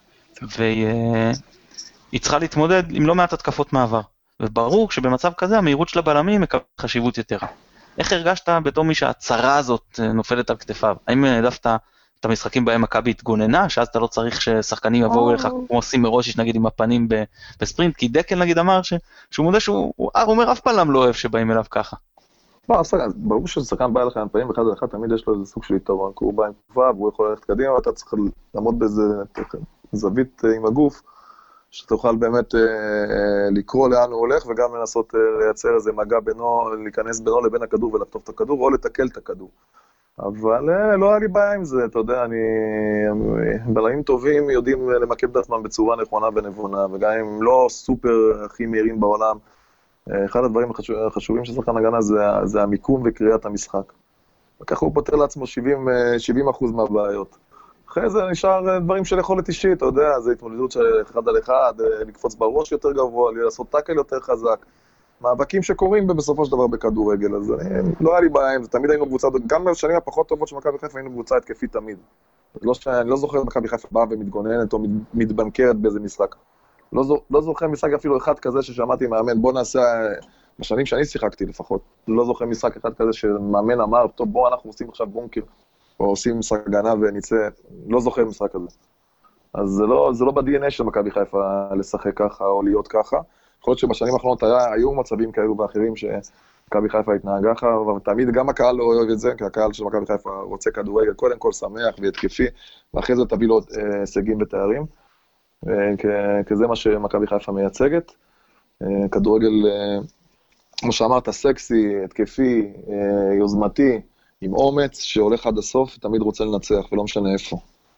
והיא צריכה להתמודד עם לא מעט התקפות מעבר. וברור שבמצב כזה המהירות של הבלמים מקבלת חשיבות יתרה. איך הרגשת בתור מי שהצרה הזאת נופלת על כתפיו? האם העדפת את המשחקים בהם מכבי התגוננה, שאז אתה לא צריך ששחקנים יבואו אליך כמו סימרוטיץ' נגיד עם הפנים בספרינט, כי דקל נגיד אמר שהוא מודה שהוא אומר אף פעם לא אוהב שבאים אליו ככה. לא, ברור ששחקן בא אליך עם פנים אחד על אחד, תמיד יש לו איזה סוג של יתרון, כי הוא בא עם תקופה והוא יכול ללכת קדימה, ואתה צריך לעמוד באיזה זווית עם הגוף, שאתה תוכל באמת לקרוא לאן הוא הולך, וגם לנסות לייצר איזה מגע בינו, להיכנס בינו לבין הכדור ולחטוף את הכדור, או לתקל את הכדור. אבל לא היה לי בעיה עם זה, אתה יודע, אני... בלמים טובים יודעים למקם את עצמם בצורה נכונה ונבונה, וגם אם לא סופר הכי מהירים בעולם, אחד הדברים החשובים של שחקן הגנה זה, זה המיקום וקריאת המשחק. וככה הוא פותר לעצמו שבעים אחוז מהבעיות. אחרי זה נשאר דברים של יכולת אישית, אתה יודע, זה התמודדות של אחד על אחד, לקפוץ בראש יותר גבוה, לעשות טאקל יותר חזק. מאבקים שקורים בסופו של דבר בכדורגל, אז אני, לא היה לי בעיה עם זה, תמיד היינו קבוצה, גם בשנים הפחות טובות של מכבי חיפה היינו קבוצה התקפית תמיד. לא, אני לא זוכר מכבי חיפה באה ומתגוננת או מתבנקרת באיזה משחק. לא, לא זוכר משחק אפילו אחד כזה ששמעתי מאמן, בוא נעשה, בשנים שאני שיחקתי לפחות, לא זוכר משחק אחד כזה שמאמן אמר, טוב בוא אנחנו עושים עכשיו בונקר, או עושים משחק הגנה ונצא, לא זוכר משחק כזה. אז זה לא, זה לא ב-די אן איי של מכבי חיפה לשחק ככה או להיות ככה. יכול להיות שבשנים האחרונות היה, היו מצבים כאלו ואחרים שמכבי חיפה התנהגה ככה, אבל תמיד גם הקהל לא אוהב את זה, כי הקהל של מכבי חיפה רוצה כדורגל, קודם כל שמח והתקפי, ואחרי זה תביא לו הישגים ותארים, כי זה מה שמכבי חיפה מייצגת. כדורגל, כמו שאמרת, סקסי, התקפי, יוזמתי, עם אומץ, שהולך עד הסוף, תמיד רוצה לנצח, ולא משנה איפה.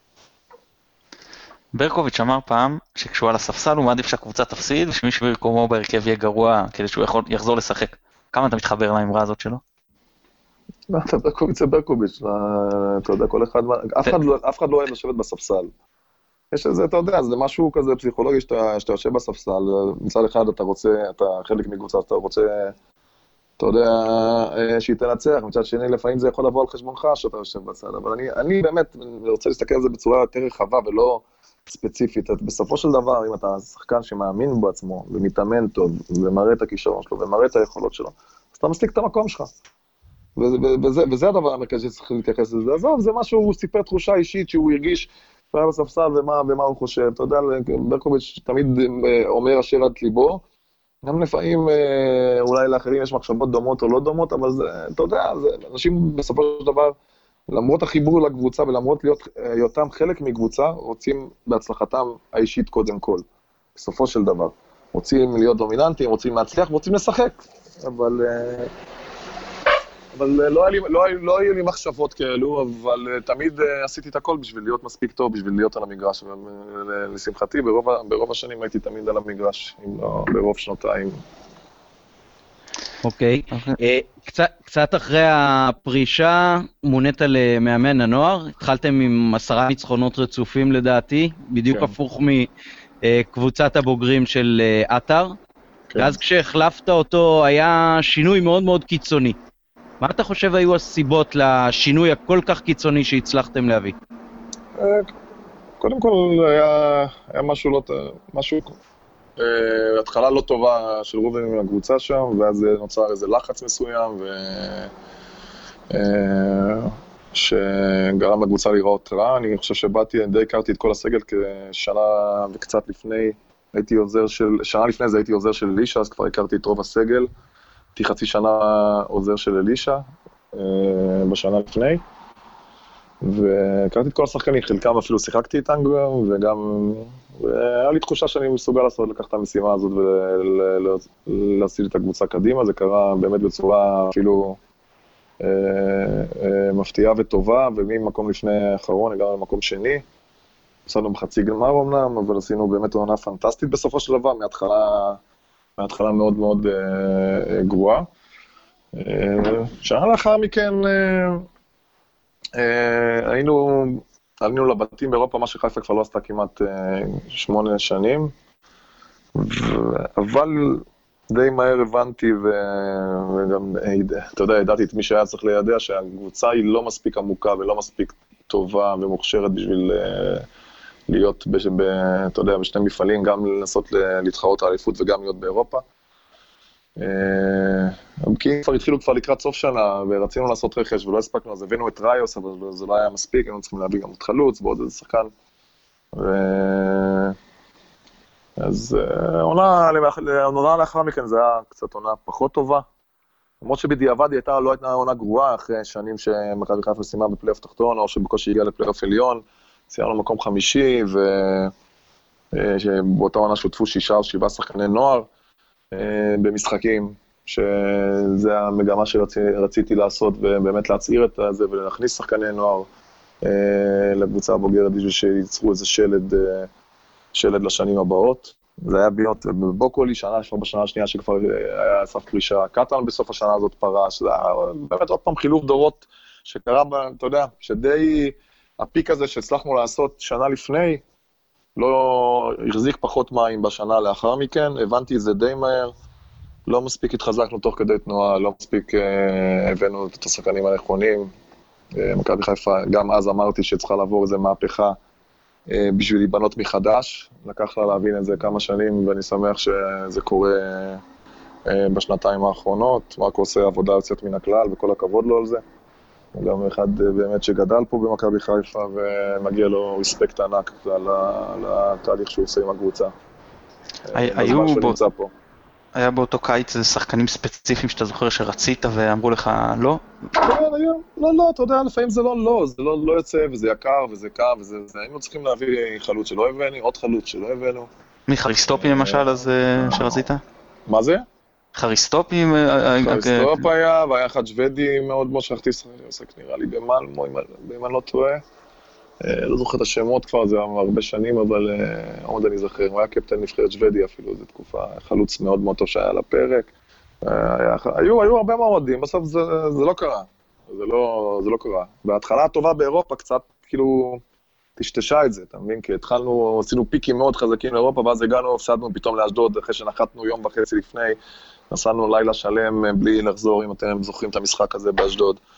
ברקוביץ' אמר פעם שכשהוא על הספסל הוא מעדיף שהקבוצה תפסיד, ושמישהו במקומו בהרכב יהיה גרוע, כדי שהוא יכול, יחזור לשחק. כמה אתה מתחבר לאמרה הזאת שלו? לא, ברקוביץ' זה ברקוביץ', אתה יודע, כל אחד, אף אחד לא, אף אחד לא אוהב לשבת בספסל. יש איזה, אתה יודע, זה משהו כזה פסיכולוגי שאתה, שאתה יושב בספסל, מצד אחד אתה רוצה, אתה חלק מקבוצה, אתה רוצה, אתה יודע, שהיא תנצח, מצד שני לפעמים זה יכול לבוא על חשבונך שאתה יושב בצד, אבל אני, אני באמת רוצה להסתכל על זה בצורה יותר רחבה ולא ספציפית. בסופו של דבר, אם אתה שחקן שמאמין בעצמו, ומתאמן טוב, ומראה את הכישרון שלו, ומראה את היכולות שלו, אז אתה מסליק את המקום שלך. וזה, וזה הדבר המרכזי שצריך להתייחס לזה. עזוב, זה משהו, הוא סיפר תחושה אישית שהוא הרגיש, הוא היה בספסל ומה, ומה הוא חושב. אתה יודע, ברקוביץ' תמיד אומר אשר עד ליבו, גם לפעמים אולי לאחרים יש מחשבות דומות או לא דומות, אבל זה, אתה יודע, זה, אנשים בסופו של דבר, למרות החיבור לקבוצה ולמרות להיות היותם חלק מקבוצה, רוצים בהצלחתם האישית קודם כל, בסופו של דבר. רוצים להיות דומיננטים, רוצים להצליח, רוצים לשחק, אבל... אבל לא היה לי, לא, לא היה לי מחשבות כאלו, אבל תמיד עשיתי את הכל בשביל להיות מספיק טוב, בשביל להיות על המגרש. ולשמחתי, ברוב, ברוב השנים הייתי תמיד על המגרש, אם לא ברוב שנותיים. אוקיי. קצת, קצת אחרי הפרישה, מונית למאמן הנוער, התחלתם עם עשרה ניצחונות רצופים לדעתי, בדיוק כן. הפוך מקבוצת הבוגרים של אתר, כן. ואז כשהחלפת אותו היה שינוי מאוד מאוד קיצוני. מה אתה חושב היו הסיבות לשינוי הכל כך קיצוני שהצלחתם להביא? קודם כל היה, היה משהו, לא, משהו, התחלה לא טובה של רובן עם הקבוצה שם, ואז נוצר איזה לחץ מסוים, ו... שגרם לקבוצה להיראות רע. אני חושב שבאתי, די הכרתי את כל הסגל כשנה וקצת לפני, הייתי עוזר של, שנה לפני זה הייתי עוזר של אלישה, אז כבר הכרתי את רוב הסגל. הייתי חצי שנה עוזר של אלישה, בשנה לפני, והכרתי את כל השחקנים, חלקם אפילו שיחקתי איתם גם, וגם, והיה לי תחושה שאני מסוגל לעשות, לקחת את המשימה הזאת ולהסיל את הקבוצה קדימה. זה קרה באמת בצורה אפילו מפתיעה וטובה, וממקום לפני האחרון הגענו למקום שני. עשינו בחצי גמר אמנם, אבל עשינו באמת עונה פנטסטית בסופו של דבר, מההתחלה, מההתחלה מאוד מאוד גרועה. שנה לאחר מכן היינו, עלינו לבתים באירופה, מה שחיפה כבר לא עשתה כמעט שמונה שנים, אבל די מהר הבנתי וגם, אתה יודע, ידעתי את מי שהיה צריך לידע, שהקבוצה היא לא מספיק עמוקה ולא מספיק טובה ומוכשרת בשביל להיות, אתה יודע, בשני מפעלים, גם לנסות להתחרות האליפות וגם להיות באירופה. כי כבר התחילו כבר לקראת סוף שנה, ורצינו לעשות רכש ולא הספקנו, אז הבאנו את ראיוס, אבל זה לא היה מספיק, היינו צריכים להביא גם את חלוץ ועוד איזה שחקן. אז עונה לאחר מכן זה היה קצת עונה פחות טובה, למרות שבדיעבד היא הייתה, לא הייתה עונה גרועה, אחרי שנים שמכבי חיפה סיימה בפלייאוף תחתון, או שבקושי הגיעה לפלייאוף עליון, סיימנו מקום חמישי, ובאותה עונה שותפו שישה או שבעה שחקני נוער, במשחקים, שזה המגמה שרציתי לעשות, ובאמת להצעיר את זה ולהכניס שחקני נוער לקבוצה הבוגרת, בשביל שייצרו איזה שלד, שלד לשנים הבאות. זה היה ביות בבוקולי, שנה בשנה השנייה שכבר היה סף פרישה, קטן בסוף השנה הזאת פרש, זה היה באמת עוד פעם חילוף דורות שקרה, אתה יודע, שדי הפיק הזה שהצלחנו לעשות שנה לפני, לא החזיק פחות מים בשנה לאחר מכן, הבנתי את זה די מהר, לא מספיק התחזקנו תוך כדי תנועה, לא מספיק אה, הבאנו את השחקנים הנכונים, אה, מכבי חיפה, גם אז אמרתי שצריכה לעבור איזו מהפכה אה, בשביל להיבנות מחדש, לקח לה להבין את זה כמה שנים, ואני שמח שזה קורה אה, בשנתיים האחרונות, רק עושה עבודה יוצאת מן הכלל, וכל הכבוד לו על זה. הוא גם אחד באמת שגדל פה במכבי חיפה, ומגיע לו רספקט ענק על התהליך שהוא עושה עם הקבוצה. היו בו, היה באותו קיץ איזה שחקנים ספציפיים שאתה זוכר שרצית ואמרו לך לא? כן, היום, לא, לא, אתה יודע, לפעמים זה לא לא, זה לא, לא יוצא, וזה יקר, וזה קר, וזה, זה, היינו צריכים להביא חלוץ שלא הבאנו, עוד חלוץ שלא הבאנו. מי, חריסטופי למשל, אז שרצית? מה זה? חריסטופי? חריסטופ היה, והיה אחד שוודי מאוד מאוד שכחתי לשחק, נראה לי במלמו, אם אני לא טועה. לא זוכר את השמות כבר, זה הרבה שנים, אבל עוד אני זוכר, הוא היה קפטן נבחרת שוודי אפילו, זו תקופה, חלוץ מאוד מאוד טוב שהיה על הפרק. היו, היו הרבה מועמדים, בסוף זה, זה לא קרה, זה לא, זה לא קרה. בהתחלה הטובה באירופה קצת, כאילו, תשתשה את זה, אתה מבין? כי התחלנו, עשינו פיקים מאוד חזקים לאירופה, ואז הגענו, הפסדנו פתאום לאשדוד, אחרי שנחתנו יום וחצי לפני, נסענו לילה שלם בלי לחזור, אם אתם זוכרים את המשחק הזה באשדוד.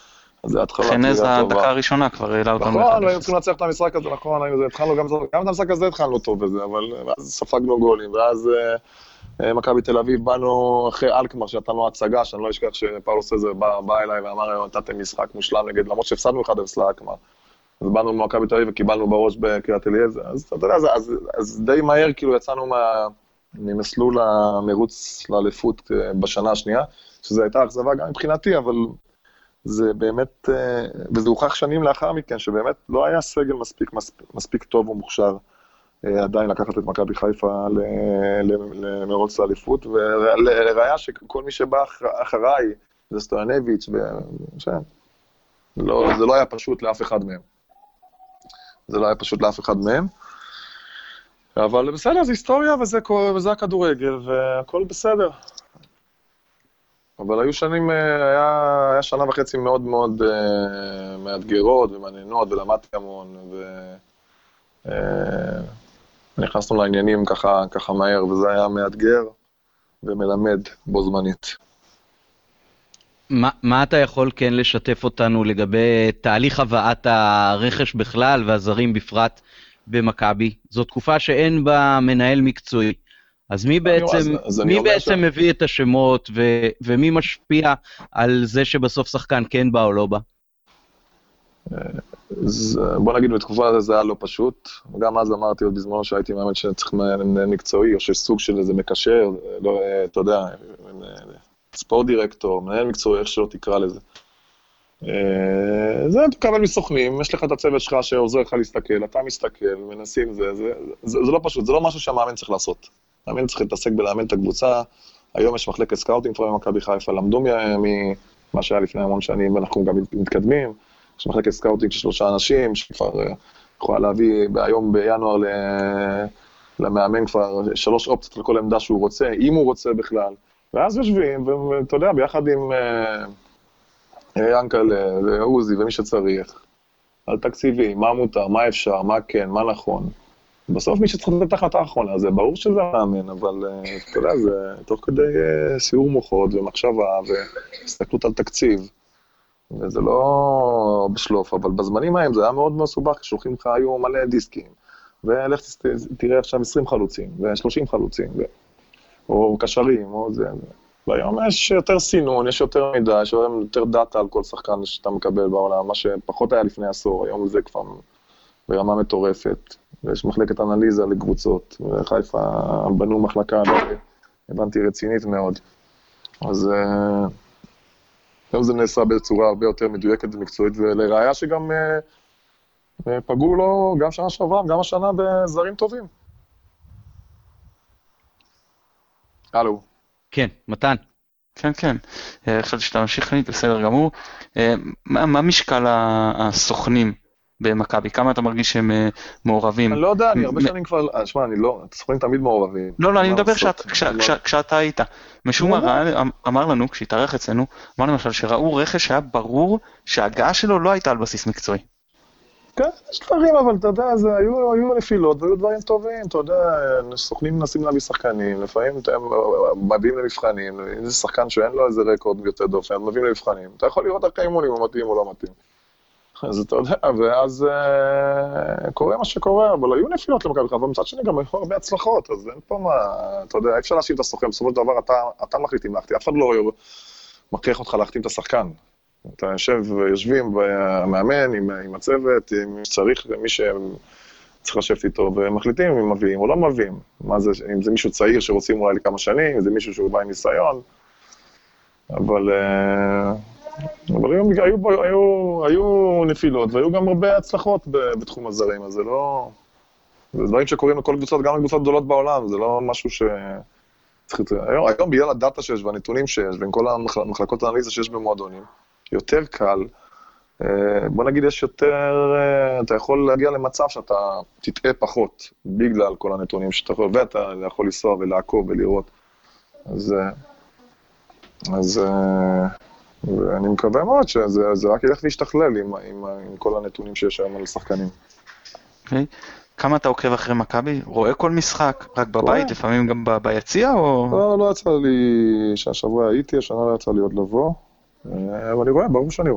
זה התחלה חנז טובה. הדקה הראשונה כבר העלה אותנו. נכון, היינו צריכים לנצח את המשחק הזה, נכון, התחלנו גם, גם את המשחק הזה התחלנו טוב בזה, אבל אז ספגנו גולים, ואז מכבי תל אביב באנו אחרי אלקמר, שנתנו הצגה, שאני לא אשכח שפאולו סזר בא, בא אליי ואמר, נתתם משחק מושלם נגד, למרות שהפסדנו אחד אפס לאלקמר. אז באנו ממכבי תל אביב וקיבלנו בראש בקריית אליעזר, אז אתה יודע, אז, אז, אז די מהר כאילו יצאנו מה, ממסלול המרוץ לאליפות בשנה השנייה, שזו הייתה אכזבה גם מבחינתי, אבל זה באמת, וזה הוכח שנים לאחר מכן, שבאמת לא היה סגל מספיק, מספיק, מספיק טוב ומוכשר, עדיין לקחת את מכבי חיפה למרוץ לאליפות, ולראיה שכל מי שבא אחריי, זה סטויאנוביץ', לא, זה לא היה פשוט לאף אחד מהם. זה לא היה פשוט לאף אחד מהם. אבל בסדר, זה היסטוריה וזה, וזה הכדורגל, והכל בסדר. אבל היו שנים, היה, היה שנה וחצי מאוד מאוד uh, מאתגרות ומעניינות, ולמדתי המון, ונכנסנו uh, לעניינים ככה, ככה מהר, וזה היה מאתגר ומלמד בו זמנית. מה, מה אתה יכול כן לשתף אותנו לגבי תהליך הבאת הרכש בכלל והזרים בפרט במכבי? זו תקופה שאין בה מנהל מקצועי. אז מי בעצם, אז, אז מי בעצם ש... מביא את השמות ו, ומי משפיע על זה שבסוף שחקן כן בא או לא בא? אז בוא נגיד, בתקופה הזאת זה היה לא פשוט. גם אז אמרתי עוד בזמנו שהייתי מאמין שצריך מנהל מקצועי, או שסוג של איזה מקשר, לא, אתה יודע, ספורט דירקטור, מנהל מקצועי, איך שלא תקרא לזה. זה אתה מקבל מסוכנים, יש לך את הצוות שלך שעוזר לך להסתכל, אתה מסתכל, מנסים זה, זה, זה, זה לא פשוט, זה לא משהו שהמאמן צריך לעשות. המאמן צריך להתעסק בלאמן את הקבוצה, היום יש מחלקת סקאוטים כבר במכבי חיפה, למדו ממה שהיה לפני המון שנים, ואנחנו גם מתקדמים, יש מחלקת סקאוטים של שלושה אנשים, שכבר יכולה להביא היום בינואר למאמן כבר שלוש אופציות לכל עמדה שהוא רוצה, אם הוא רוצה בכלל, ואז יושבים, ואתה יודע, ביחד עם ינקל ועוזי ומי שצריך, על תקציבים, מה מותר, מה אפשר, מה כן, מה נכון. בסוף מי שצריך לתת את ההחלטה האחרונה, זה ברור שזה המאמן, אבל אתה יודע, זה תוך כדי סיור מוחות ומחשבה והסתכלות על תקציב, וזה לא בשלוף, אבל בזמנים ההם זה היה מאוד מאוד סובך, כשהולכים לך היו מלא דיסקים, ולך תראה עכשיו עשרים חלוצים, ו-שלושים חלוצים, או קשרים, או זה. והיום יש יותר סינון, יש יותר מידע, יש יותר דאטה על כל שחקן שאתה מקבל בעולם, מה שפחות היה לפני עשור, היום זה כבר ברמה מטורפת, ויש מחלקת אנליזה לקבוצות, וחיפה בנו מחלקה, הבנתי רצינית מאוד. אז היום זה נעשה בצורה הרבה יותר מדויקת ומקצועית, ולראיה שגם פגעו לו גם שנה שעברה, גם השנה בזרים טובים. הלו. כן, מתן. כן, כן. חשבתי שאתה ממשיך לי, בסדר גמור. מה, מה משקל הסוכנים במכבי? כמה אתה מרגיש שהם מעורבים? אני לא יודע, אני הרבה שנים כבר, שמע, אני לא, הסוכנים תמיד מעורבים. לא, לא, אני מדבר כשאתה היית. משום מה, אמר לנו, כשהתארח אצלנו, אמר למשל שראו רכש שהיה ברור שההגעה שלו לא הייתה על בסיס מקצועי. כן, יש דברים, אבל אתה יודע, זה, היו, היו נפילות והיו דברים טובים, אתה יודע, סוכנים מנסים להביא שחקנים, לפעמים הם מביאים למבחנים, אם זה שחקן שאין לו איזה רקורד יותר דופן, הם מביאים למבחנים, אתה יכול לראות אחרי אימונים, הוא מתאים או לא מתאים. אז אתה יודע, ואז אה, קורה מה שקורה, אבל היו נפילות למכבי חיפה, אבל מצד שני גם היו הרבה הצלחות, אז אין פה מה, אתה יודע, אפשר להשאיר את הסוכן, בסופו של דבר אתה, אתה מחליטים להחתים, אף אחד לא מכריח אותך להחתים את השחקן. אתה יושב ויושבים במאמן עם, עם הצוות, עם מי שצריך, מי שצריך לשבת איתו, ומחליטים אם מביאים או לא מביאים. מה זה, אם זה מישהו צעיר שרוצים אולי לכמה שנים, אם זה מישהו שהוא בא עם ניסיון, אבל, אבל היו, היו, היו, היו נפילות, והיו גם הרבה הצלחות בתחום הזרים, אז זה לא, זה דברים שקורים לכל קבוצות, גם לקבוצות גדולות בעולם, זה לא משהו ש... היום, היום בגלל הדאטה שיש והנתונים שיש, ועם כל המחלקות האנליזה שיש במועדונים, יותר קל, בוא נגיד יש יותר, אתה יכול להגיע למצב שאתה תטעה פחות, בגלל כל הנתונים שאתה יכול, ואתה יכול לנסוע ולעקוב ולראות. אז, אז אני מקווה מאוד שזה רק ילך להשתכלל עם, עם, עם כל הנתונים שיש היום על שחקנים. אוקיי. כמה אתה עוקב אחרי מכבי? רואה כל משחק? רק בבית? לפעמים גם ביציע או... לא, לא יצא לי, שהשבוע הייתי, השנה לא יצא לי עוד לבוא. אבל אני רואה, ברור שאני רואה.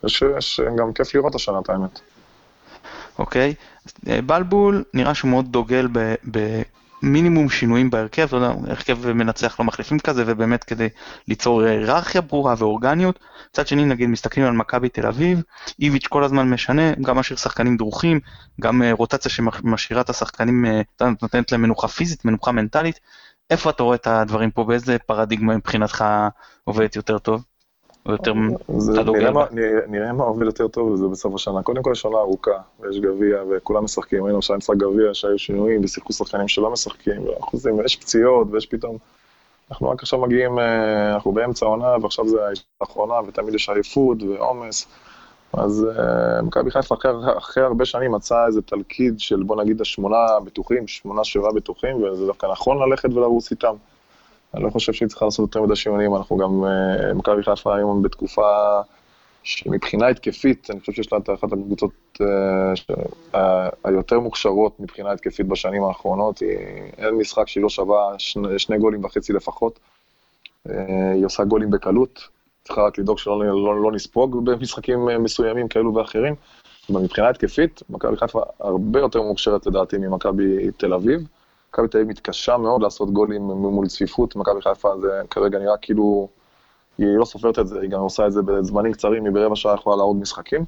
יש, יש גם כיף לראות השנה, את האמת. אוקיי, בלבול נראה שהוא מאוד דוגל במינימום שינויים בהרכב, אתה יודע, הרכב מנצח לא מחליפים כזה, ובאמת כדי ליצור היררכיה ברורה ואורגניות. מצד שני, נגיד, מסתכלים על מכבי תל אביב, איביץ' כל הזמן משנה, גם משאיר שחקנים דרוכים, גם רוטציה שמשאירה את השחקנים, נותנת להם מנוחה פיזית, מנוחה מנטלית. איפה אתה רואה את הדברים פה? באיזה פרדיגמה מבחינתך עובדת יותר טוב? או יותר אתה דוגל בה? נראה מה עובד יותר טוב, וזה בסוף השנה. קודם כל יש עונה ארוכה, ויש גביע, וכולם משחקים. היינו עכשיו משחק גביע, שהיו שינויים, ושיחקו שחקנים שלא משחקים, ואחוזים, ויש פציעות, ויש פתאום... אנחנו רק עכשיו מגיעים, אנחנו באמצע העונה, ועכשיו זה האחרונה, ותמיד יש עייפות ועומס. אז מכבי חיפה אחרי הרבה שנים מצא איזה תלכיד של, בוא נגיד, השמונה בטוחים, שמונה שבעה בטוחים, וזה דווקא נכון ללכת ולרוץ איתם. אני לא חושב שהיא צריכה לעשות יותר מדי שינויים, אנחנו גם, מכבי חיפה היום בתקופה שמבחינה התקפית, אני חושב שיש לה את אחת הקבוצות היותר מוכשרות מבחינה התקפית בשנים האחרונות, אין משחק שהיא לא שווה שני, שני גולים וחצי לפחות, היא עושה גולים בקלות, צריכה רק לדאוג שלא לא, לא נספוג במשחקים מסוימים כאלו ואחרים, אבל מבחינה התקפית, מכבי חיפה הרבה יותר מוכשרת לדעתי ממכבי תל אביב, מכבי תל אביב מתקשה מאוד לעשות גולים מול צפיפות, מכבי חיפה זה כרגע נראה כאילו, היא לא סופרת את זה, היא גם עושה את זה בזמנים קצרים, היא ברבע שעה יכולה לעוד משחקים,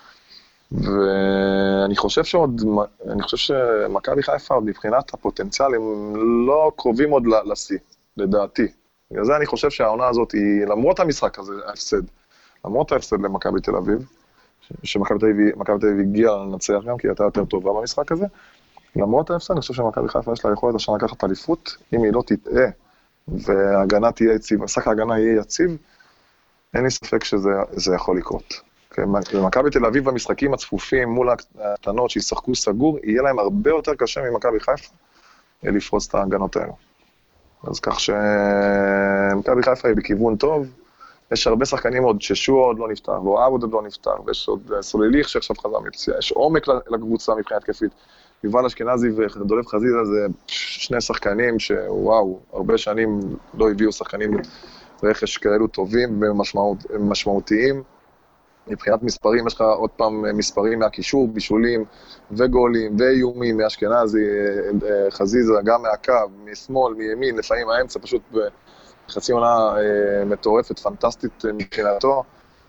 ואני חושב שעוד, אני חושב שמכבי חיפה מבחינת הפוטנציאל, הם לא קרובים עוד לשיא, לדעתי. בגלל זה אני חושב שהעונה הזאת היא, למרות המשחק הזה, ההפסד, למרות ההפסד למכבי תל אביב, שמכבי תל אביב הגיעה לנצח גם, כי היא הייתה יותר טובה במשחק הזה, למרות ההפסד, אני חושב שמכבי חיפה יש לה יכולת השנה לקחת אליפות, אם היא לא תטעה, וההגנה תהיה יציב, משחק ההגנה יהיה יציב, אין לי ספק שזה יכול לקרות. במכבי תל אביב המשחקים הצפופים מול הקטנות שישחקו סגור, יהיה להם הרבה יותר קשה ממכבי חיפה לפרוץ את ההגנות האלה. אז כך שמכבי חיפה היא בכיוון טוב, יש הרבה שחקנים עוד, ששוע עוד לא נפתר, ואוהב עוד לא נפתר, ויש עוד סולליך שעכשיו חזר מפציעה, יש עומק לקבוצה מבחינה התקפית. יובל אשכנזי ודולב חזיזה זה שני שחקנים שוואו, הרבה שנים לא הביאו שחקנים רכש כאלו טובים ומשמעותיים. מבחינת מספרים, יש לך עוד פעם מספרים מהקישור, בישולים וגולים ואיומים מאשכנזי, חזיזה גם מהקו, משמאל, מימין, לפעמים האמצע, פשוט בחצי עונה מטורפת, פנטסטית מבחינתו.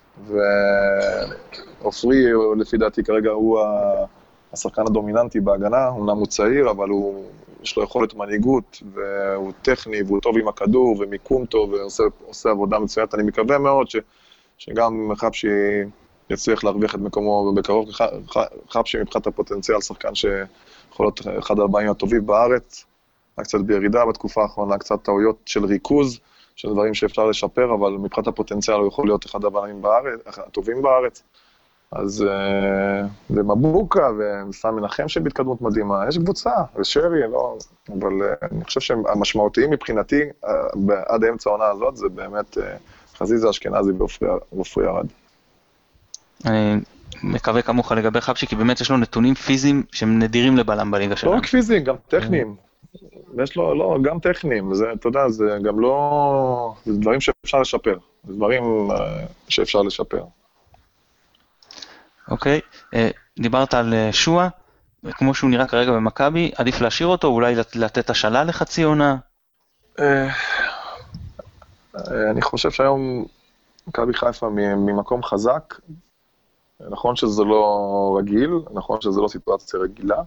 ואופרי, לפי דעתי כרגע הוא השחקן הדומיננטי בהגנה, הוא נמו צעיר, אבל הוא, יש לו יכולת מנהיגות, והוא טכני, והוא טוב עם הכדור, ומיקום טוב, ועושה עבודה מצוינת. אני מקווה מאוד ש, שגם חפשי יצליח להרוויח את מקומו בקרוב, חפשי מבחינת הפוטנציאל, שחקן שיכול להיות אחד הבאים הטובים בארץ, היה קצת בירידה בתקופה האחרונה, קצת טעויות של ריכוז, של דברים שאפשר לשפר, אבל מבחינת הפוטנציאל הוא יכול להיות אחד הבאים בארץ, הטובים בארץ. אז ומבוקה וסתם מנחם של בהתקדמות מדהימה, יש קבוצה, ושרי, לא, אבל אני חושב שהמשמעותיים מבחינתי, עד האמצע העונה הזאת, זה באמת חזיזה, אשכנזי ועופרי ארד. אני מקווה כמוך לגבי חפשי, כי באמת יש לו נתונים פיזיים שהם נדירים לבלם בליגה שלנו. לא רק פיזיים, גם טכניים. יש לו, לא, גם טכניים, זה, אתה יודע, זה גם לא, זה דברים שאפשר לשפר, זה דברים שאפשר לשפר. אוקיי, דיברת על שואה, כמו שהוא נראה כרגע במכבי, עדיף להשאיר אותו, אולי לתת השאלה לחצי עונה? אני חושב שהיום מכבי חיפה ממקום חזק, נכון שזה לא רגיל, נכון שזה לא סיטואציה רגילה,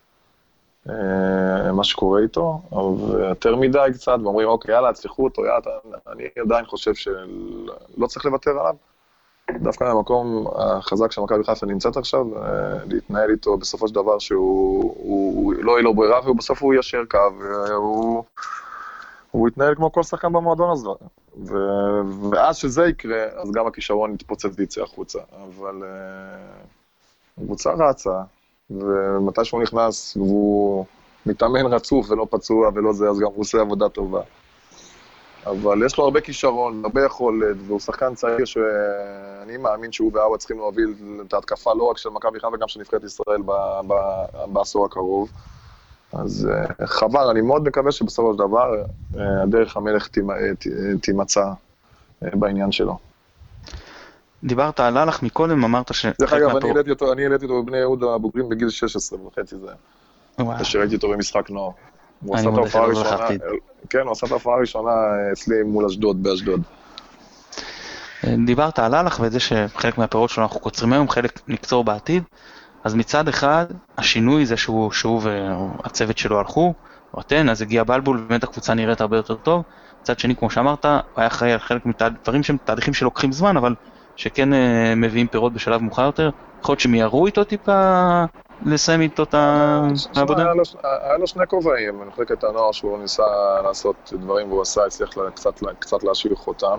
מה שקורה איתו, אבל יותר מדי קצת, ואומרים, אוקיי, יאללה, הצליחו אותו, יאללה, אני עדיין חושב שלא צריך לוותר עליו, דווקא במקום החזק שמכבי חיפה נמצאת עכשיו, להתנהל איתו בסופו של דבר שהוא לא יהיה לו ברירה, ובסוף הוא ישר קו, והוא הוא יתנהל כמו כל שחקן במועדון הזה. ואז שזה יקרה, אז גם הכישרון יתפוצץ ויצא החוצה. אבל הקבוצה רצה, ומתי שהוא נכנס, והוא מתאמן רצוף ולא פצוע ולא זה, אז גם הוא עושה עבודה טובה. אבל יש לו הרבה כישרון, הרבה יכולת, והוא שחקן צעיר שאני מאמין שהוא והאווה צריכים להוביל את ההתקפה לא רק של מכבי חיפה וגם של נבחרת ישראל בעשור הקרוב. אז חבל, אני מאוד מקווה שבסופו של דבר הדרך המלך תימצא בעניין שלו. דיברת על הלך מקודם, אמרת ש... דרך אגב, אני העליתי אותו, אני העליתי אותו בבני יהודה הבוגרים בגיל שש עשרה וחצי זה. כשראיתי אותו במשחק נוער. הוא עשה את ההופעה הראשונה, כן, הוא עשה את ההופעה הראשונה אצלי מול אשדוד, באשדוד. דיברת על הלך ואת זה שחלק מהפירות שלנו אנחנו קוצרים היום, חלק נקצור בעתיד. אז מצד אחד, השינוי זה שהוא, שהוא והצוות שלו הלכו, או אתן, אז הגיע בלבול, ובאמת הקבוצה נראית הרבה יותר טוב. מצד שני, כמו שאמרת, הוא היה אחראי על חלק מדברים שהם תהליכים שלוקחים זמן, אבל שכן אה, מביאים פירות בשלב מאוחר יותר. יכול להיות שהם יערו איתו טיפה לסיים איתו את העבודה? היה לו שני כובעים, במחלקת הנוער שהוא ניסה לעשות דברים והוא עשה, הצליח קצת להשאיר חותם.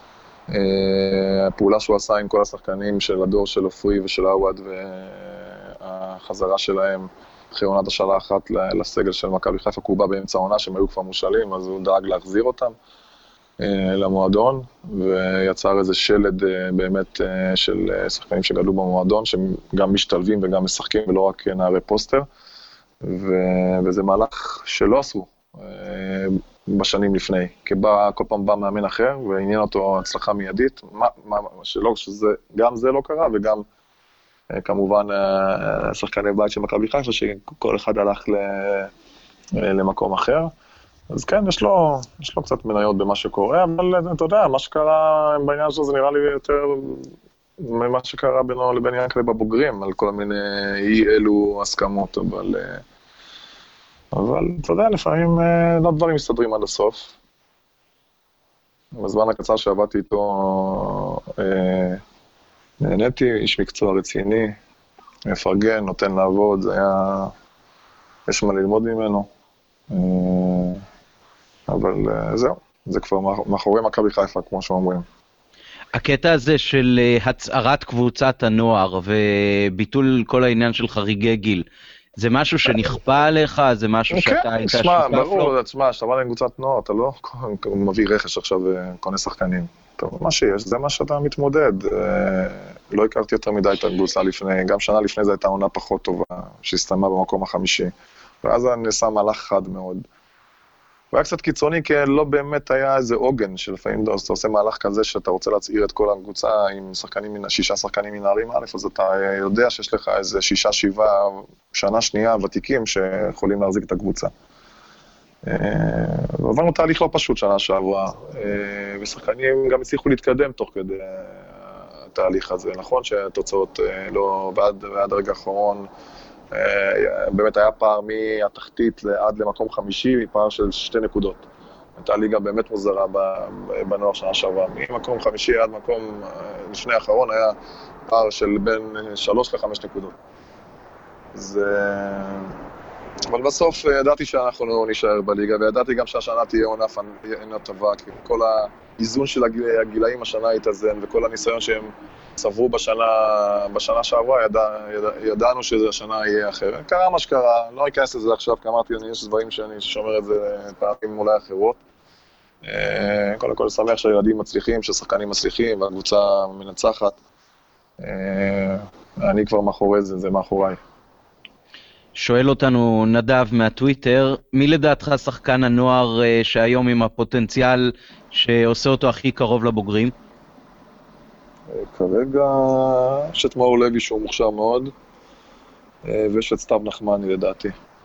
הפעולה שהוא עשה עם כל השחקנים של הדור של אופרי ושל עווד והחזרה שלהם אחרי עונת השאלה אחת לסגל של מכבי חיפה, כי הוא בא באמצע העונה שהם היו כבר מושאלים, אז הוא דאג להחזיר אותם למועדון, ויצר איזה שלד באמת של שחקנים שגדלו במועדון, שהם גם משתלבים וגם משחקים ולא רק נערי פוסטר, וזה מהלך שלא עשו בשנים לפני, כי בא, כל פעם בא מאמן אחר ועניין אותו הצלחה מיידית, מה, מה, שלא, שזה, גם זה לא קרה וגם כמובן שחקני בית של מכבי חיפה שכל אחד הלך למקום אחר. אז כן, יש לו, יש לו קצת מניות במה שקורה, אבל אתה יודע, מה שקרה בעניין שלו זה נראה לי יותר ממה שקרה בינו לבין ינקלה בבוגרים, על כל מיני אי אלו הסכמות, אבל, אבל אתה יודע, לפעמים לא דברים מסתדרים עד הסוף. בזמן הקצר שעבדתי איתו, נהניתי, איש מקצוע רציני, מפרגן, נותן לעבוד, זה היה, יש מה ללמוד ממנו. אבל זהו, זה כבר מאחורי מכבי חיפה, כמו שאומרים. הקטע הזה של הצערת קבוצת הנוער וביטול כל העניין של חריגי גיל, זה משהו שנכפה עליך? זה משהו שאתה היית שותף לו? כן, ברור, תשמע, שאתה בא לקבוצת נוער, אתה לא מביא רכש עכשיו וקונה שחקנים. טוב, מה שיש, זה מה שאתה מתמודד. לא הכרתי יותר מדי את הקבוצה לפני, גם שנה לפני זה הייתה עונה פחות טובה, שהסתיימה במקום החמישי, ואז נעשה מהלך חד מאוד. הוא היה קצת קיצוני, כי לא באמת היה איזה עוגן, שלפעמים אתה עושה מהלך כזה שאתה רוצה להצעיר את כל הקבוצה עם שחקנים, שישה שחקנים מנערים א', אז אתה יודע שיש לך איזה שישה, שבעה, שנה שנייה ותיקים שיכולים להחזיק את הקבוצה. ועברנו תהליך לא פשוט שנה שעברה, ושחקנים גם הצליחו להתקדם תוך כדי התהליך הזה. נכון שהתוצאות לא, ועד, ועד הרגע האחרון, באמת היה פער מהתחתית עד למקום חמישי, פער של שתי נקודות. הייתה ליגה באמת מוזרה בנוער שנה שעברה. ממקום חמישי עד מקום לפני האחרון היה פער של בין שלוש לחמש נקודות. זה... אבל בסוף ידעתי שאנחנו נשאר בליגה, וידעתי גם שהשנה תהיה עונה טובה, כי כל האיזון של הגילאים השנה התאזן, וכל הניסיון שהם צברו בשנה, בשנה שעברה, ידע, ידע, ידענו שהשנה יהיה אחרת. קרה מה שקרה, לא אכנס לזה עכשיו, כי אמרתי, יש דברים שאני שומר את זה פעמים אולי אחרות. קודם כל, שמח שהילדים מצליחים, ששחקנים מצליחים, והקבוצה מנצחת. אני כבר מאחורי זה, זה מאחוריי. שואל אותנו נדב מהטוויטר, מי לדעתך שחקן הנוער שהיום עם הפוטנציאל שעושה אותו הכי קרוב לבוגרים? כרגע יש את מאור לוי שהוא מוכשר מאוד, ויש את סתיו נחמני לדעתי.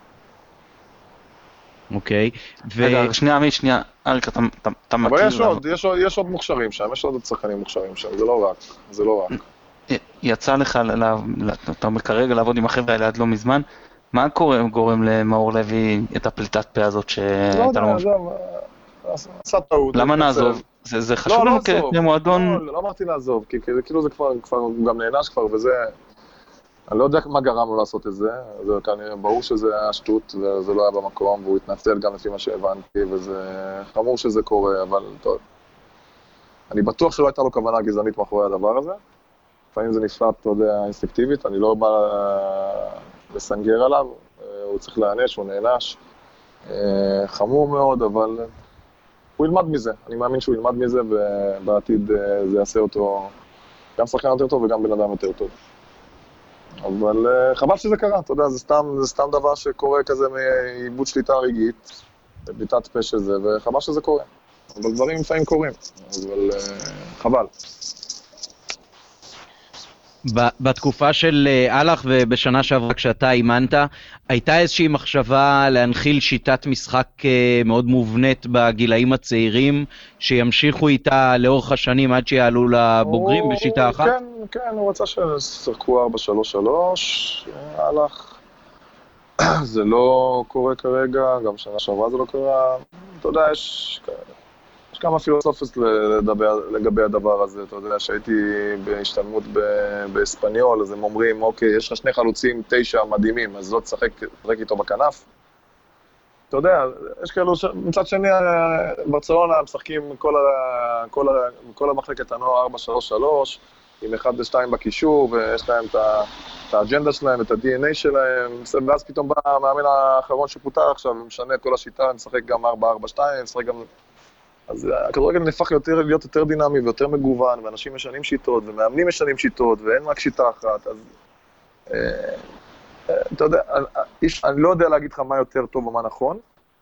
אוקיי. רגע, שנייה, עמית, שנייה, אריק, אתה מכיר... אבל יש עוד, יש עוד מוכשרים שם, יש עוד שחקנים מוכשרים שם, זה לא רק, זה לא רק. יצא לך, אתה כרגע לעבוד עם החבר'ה האלה עד לא מזמן, מה גורם למאור לוי את הפליטת פה הזאת שהייתה לו... לא יודע, עשה טעות. למה נעזוב? זה חשוב לנו כמועדון... לא, לא אמרתי לעזוב, כי כאילו זה כבר, הוא גם נענש כבר, וזה... אני לא יודע מה גרם לו לעשות את זה, זה כנראה ברור שזה היה שטות, וזה לא היה במקום, והוא התנצל גם לפי מה שהבנתי, וזה חמור שזה קורה, אבל טוב. אני בטוח שלא הייתה לו כוונה גזענית מאחורי הדבר הזה, לפעמים זה נפלט, אתה יודע, אינסטינקטיבית, אני לא בא לסנגר עליו, הוא צריך להענש, הוא נענש, חמור מאוד, אבל הוא ילמד מזה, אני מאמין שהוא ילמד מזה, ובעתיד זה יעשה אותו גם שחקן יותר טוב וגם בן אדם יותר טוב. אבל חבל שזה קרה, אתה יודע, זה סתם, זה סתם דבר שקורה כזה מאיבוד שליטה רגעית, בביטת פה של זה, וחבל שזה קורה. אבל דברים לפעמים קורים, אבל חבל. בתקופה של הלך ובשנה שעברה כשאתה אימנת, הייתה איזושהי מחשבה להנחיל שיטת משחק מאוד מובנית בגילאים הצעירים, שימשיכו איתה לאורך השנים עד שיעלו לבוגרים בשיטה אחת? כן, כן, הוא רצה ששחקו ארבע שלוש שלוש, הלך. זה לא קורה כרגע, גם שנה שעברה זה לא קרה. אתה יודע, יש... יש כמה פילוסופיות לדבר, לגבי הדבר הזה, אתה יודע, שהייתי בהשתלמות באספניול, אז הם אומרים, אוקיי, יש לך שני חלוצים, תשע מדהימים, אז לא תשחק איתו בכנף. אתה יודע, יש כאלו, ש... מצד שני, ברצלונה משחקים כל, ה... כל, ה... כל המחלקת הנוער ארבע שלוש שלוש, עם אחד ושתיים בקישור, ויש להם את, ה... את האג'נדה שלהם, את ה-די אן איי שלהם, ואז פתאום בא המאמן האחרון שפוטר עכשיו, ומשנה את כל השיטה, משחק גם ארבע ארבע שתיים, משחק גם... אז הכדורגל נהפך יותר, להיות יותר דינמי ויותר מגוון, ואנשים משנים שיטות, ומאמנים משנים שיטות, ואין רק שיטה אחת, אז... אה, אה, אתה יודע, אני, אני לא יודע להגיד לך מה יותר טוב ומה נכון.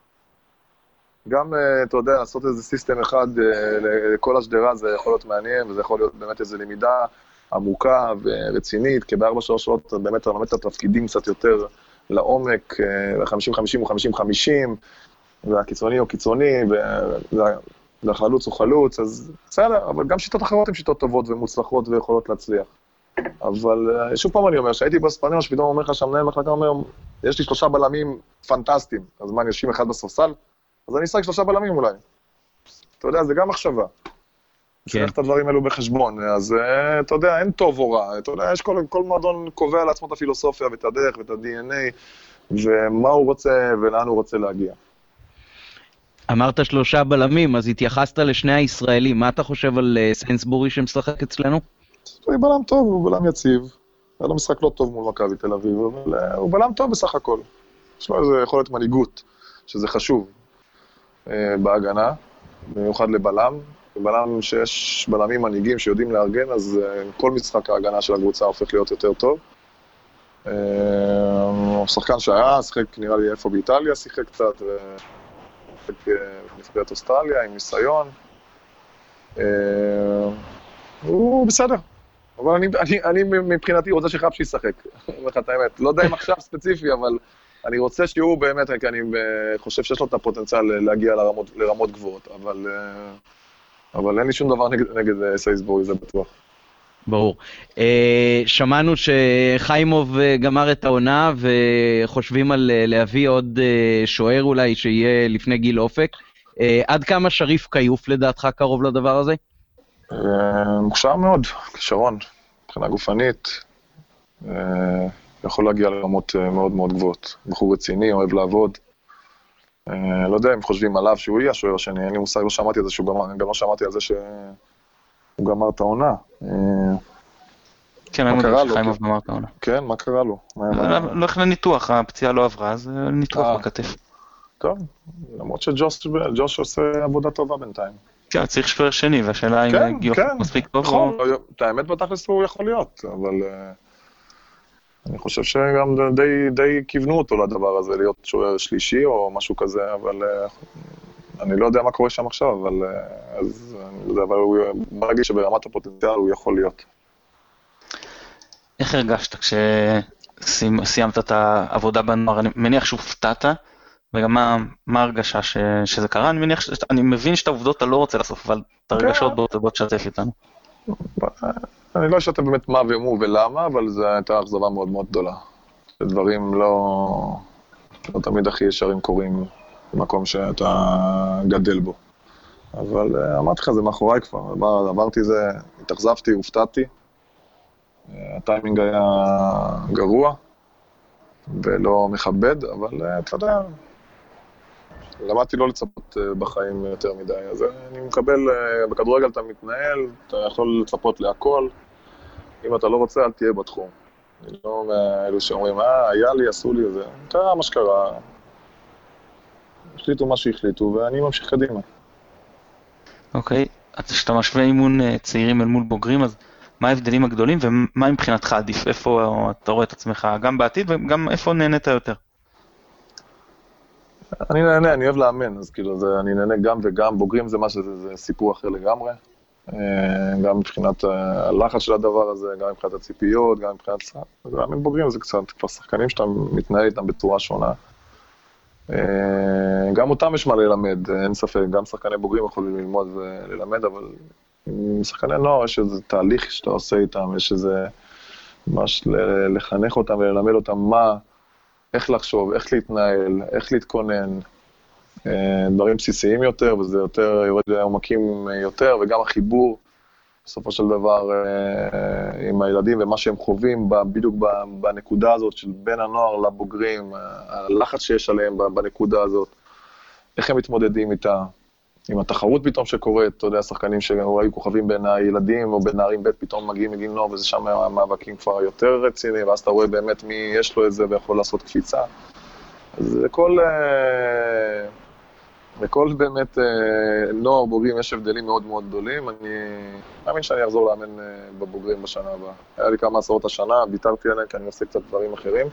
גם, אה, אתה יודע, לעשות איזה סיסטם אחד אה, לכל השדרה, זה יכול להיות מעניין, וזה יכול להיות באמת איזו למידה עמוקה ורצינית, כי בארבע שלוש שעות באמת אתה לומד את התפקידים קצת יותר לעומק, ו-חמישים חמישים או חמישים חמישים, והקיצוני הוא קיצוני, והחלוץ הוא חלוץ, אז בסדר, אבל גם שיטות אחרות הן שיטות טובות ומוצלחות ויכולות להצליח. אבל שוב פעם אני אומר, שהייתי בספניול, שפתאום אומר לך שהמנהל מחלקה אומר, יש לי שלושה בלמים פנטסטיים, אז מה, אני אשים אחד בספסל? אז אני אשחק שלושה בלמים אולי. אתה יודע, זה גם מחשבה. צריך את הדברים האלו בחשבון, אז אתה יודע, אין טוב או רע, אתה יודע, יש כל, כל מועדון קובע לעצמו את הפילוסופיה ואת הדרך ואת ה-די אן איי, ומה הוא רוצה ולאן הוא רוצה להגיע. אמרת שלושה בלמים, אז התייחסת לשני הישראלים, מה אתה חושב על סיינסבורי שמשחק אצלנו? הוא בלם טוב, הוא בלם יציב, היה לו משחק לא טוב מול מכבי תל אביב, אבל הוא בלם טוב בסך הכל. יש לו איזה יכולת מנהיגות, שזה חשוב בהגנה, במיוחד לבלם. בלם שיש בלמים מנהיגים שיודעים לארגן, אז כל משחק ההגנה של הקבוצה הופך להיות יותר טוב. הוא שחקן שהיה, שיחק נראה לי איפה באיטליה, שיחק קצת, שיחק בנבחרת אוסטרליה עם ניסיון. הוא בסדר. אבל אני, אני, אני מבחינתי רוצה שחאפ שישחק, אומר לך את האמת. לא יודע אם עכשיו ספציפי, אבל אני רוצה שהוא באמת, כי אני חושב שיש לו את הפוטנציאל להגיע לרמות, לרמות גבוהות, אבל, אבל אין לי שום דבר נגד, נגד סיינסבורי, זה בטוח. ברור. שמענו שחיימוב גמר את העונה, וחושבים על להביא עוד שוער אולי שיהיה לפני גיל אופק. עד כמה שריף קיוף לדעתך קרוב לדבר הזה? מוכשר מאוד, כשרון, מבחינה גופנית, יכול להגיע לרמות מאוד מאוד גבוהות. בחור רציני, אוהב לעבוד. לא יודע אם חושבים עליו שהוא יהיה השוער השני, אין לי מושג, לא שמעתי על זה שהוא גמר, גם לא שמעתי על זה שהוא גמר את העונה. כן, אני מודה שחיימוב גמר את העונה. כן, מה קרה לו? לא הולך לניתוח, הפציעה לא עברה, אז ניתוח בכתף. טוב, למרות שג'וש עושה עבודה טובה בינתיים. כן, צריך שוער שני, והשאלה אם גיוף מספיק טוב או... את האמת בתכלס הוא יכול להיות, אבל אני חושב שגם די כיוונו אותו לדבר הזה, להיות שוער שלישי או משהו כזה, אבל אני לא יודע מה קורה שם עכשיו, אבל הוא מרגיש שברמת הפוטנציאל הוא יכול להיות. איך הרגשת כשסיימת את העבודה בנוער? אני מניח שהופתעת, וגם מה ההרגשה שזה קרה? אני מניח, אני מבין שאת העובדות אתה לא רוצה לסוף, אבל את הרגשות בוא תשתף איתנו. אני לא אשתף באמת מה ומו ולמה, אבל זו הייתה אכזבה מאוד מאוד גדולה. דברים לא תמיד הכי ישרים קורים במקום שאתה גדל בו. אבל אמרתי לך, זה מאחוריי כבר. עברתי זה, התאכזבתי, הופתעתי. הטיימינג היה גרוע ולא מכבד, אבל אתה יודע, למדתי לא לצפות בחיים יותר מדי, אז אני מקבל, בכדורגל אתה מתנהל, אתה יכול לצפות להכל, אם אתה לא רוצה אל תהיה בתחום. אני לא מאלו שאומרים, אה, היה לי, עשו לי, זה קרה מה שקרה, החליטו מה שהחליטו ואני ממשיך קדימה. אוקיי, אז כשאתה משווה אימון צעירים אל מול בוגרים, אז מה ההבדלים הגדולים ומה מבחינתך עדיף? איפה אתה רואה את עצמך גם בעתיד וגם איפה נהנית יותר? אני נהנה, אני אוהב לאמן, אז כאילו זה, אני נהנה גם וגם, בוגרים זה מה שזה, זה סיפור אחר לגמרי. גם מבחינת הלחץ של הדבר הזה, גם מבחינת הציפיות, גם מבחינת... מאמן בוגרים זה קצת כבר שחקנים שאתה מתנהל איתם בצורה שונה. גם אותם יש מה ללמד, אין ספק, גם שחקני בוגרים יכולים ללמוד וללמד, אבל עם שחקני נוער יש איזה תהליך שאתה עושה איתם, יש איזה ממש לחנך אותם וללמד אותם מה, איך לחשוב, איך להתנהל, איך להתכונן, דברים בסיסיים יותר, וזה יותר יורד לעומקים יותר, וגם החיבור בסופו של דבר עם הילדים ומה שהם חווים בדיוק בנקודה הזאת של בין הנוער לבוגרים, הלחץ שיש עליהם בנקודה הזאת, איך הם מתמודדים איתה, עם התחרות פתאום שקורית, אתה יודע, שחקנים שהיו כוכבים בין הילדים או בין נערים ב' פתאום מגיעים מגיל נוער, וזה שם המאבקים כבר יותר רציני, ואז אתה רואה באמת מי יש לו את זה ויכול לעשות קפיצה. אז לכל, לכל באמת נוער בוגרים יש הבדלים מאוד מאוד גדולים. אני מאמין שאני אחזור לאמן בבוגרים בשנה הבאה. היה לי כמה עשרות השנה, ויתרתי עליהם כי אני עושה קצת דברים אחרים.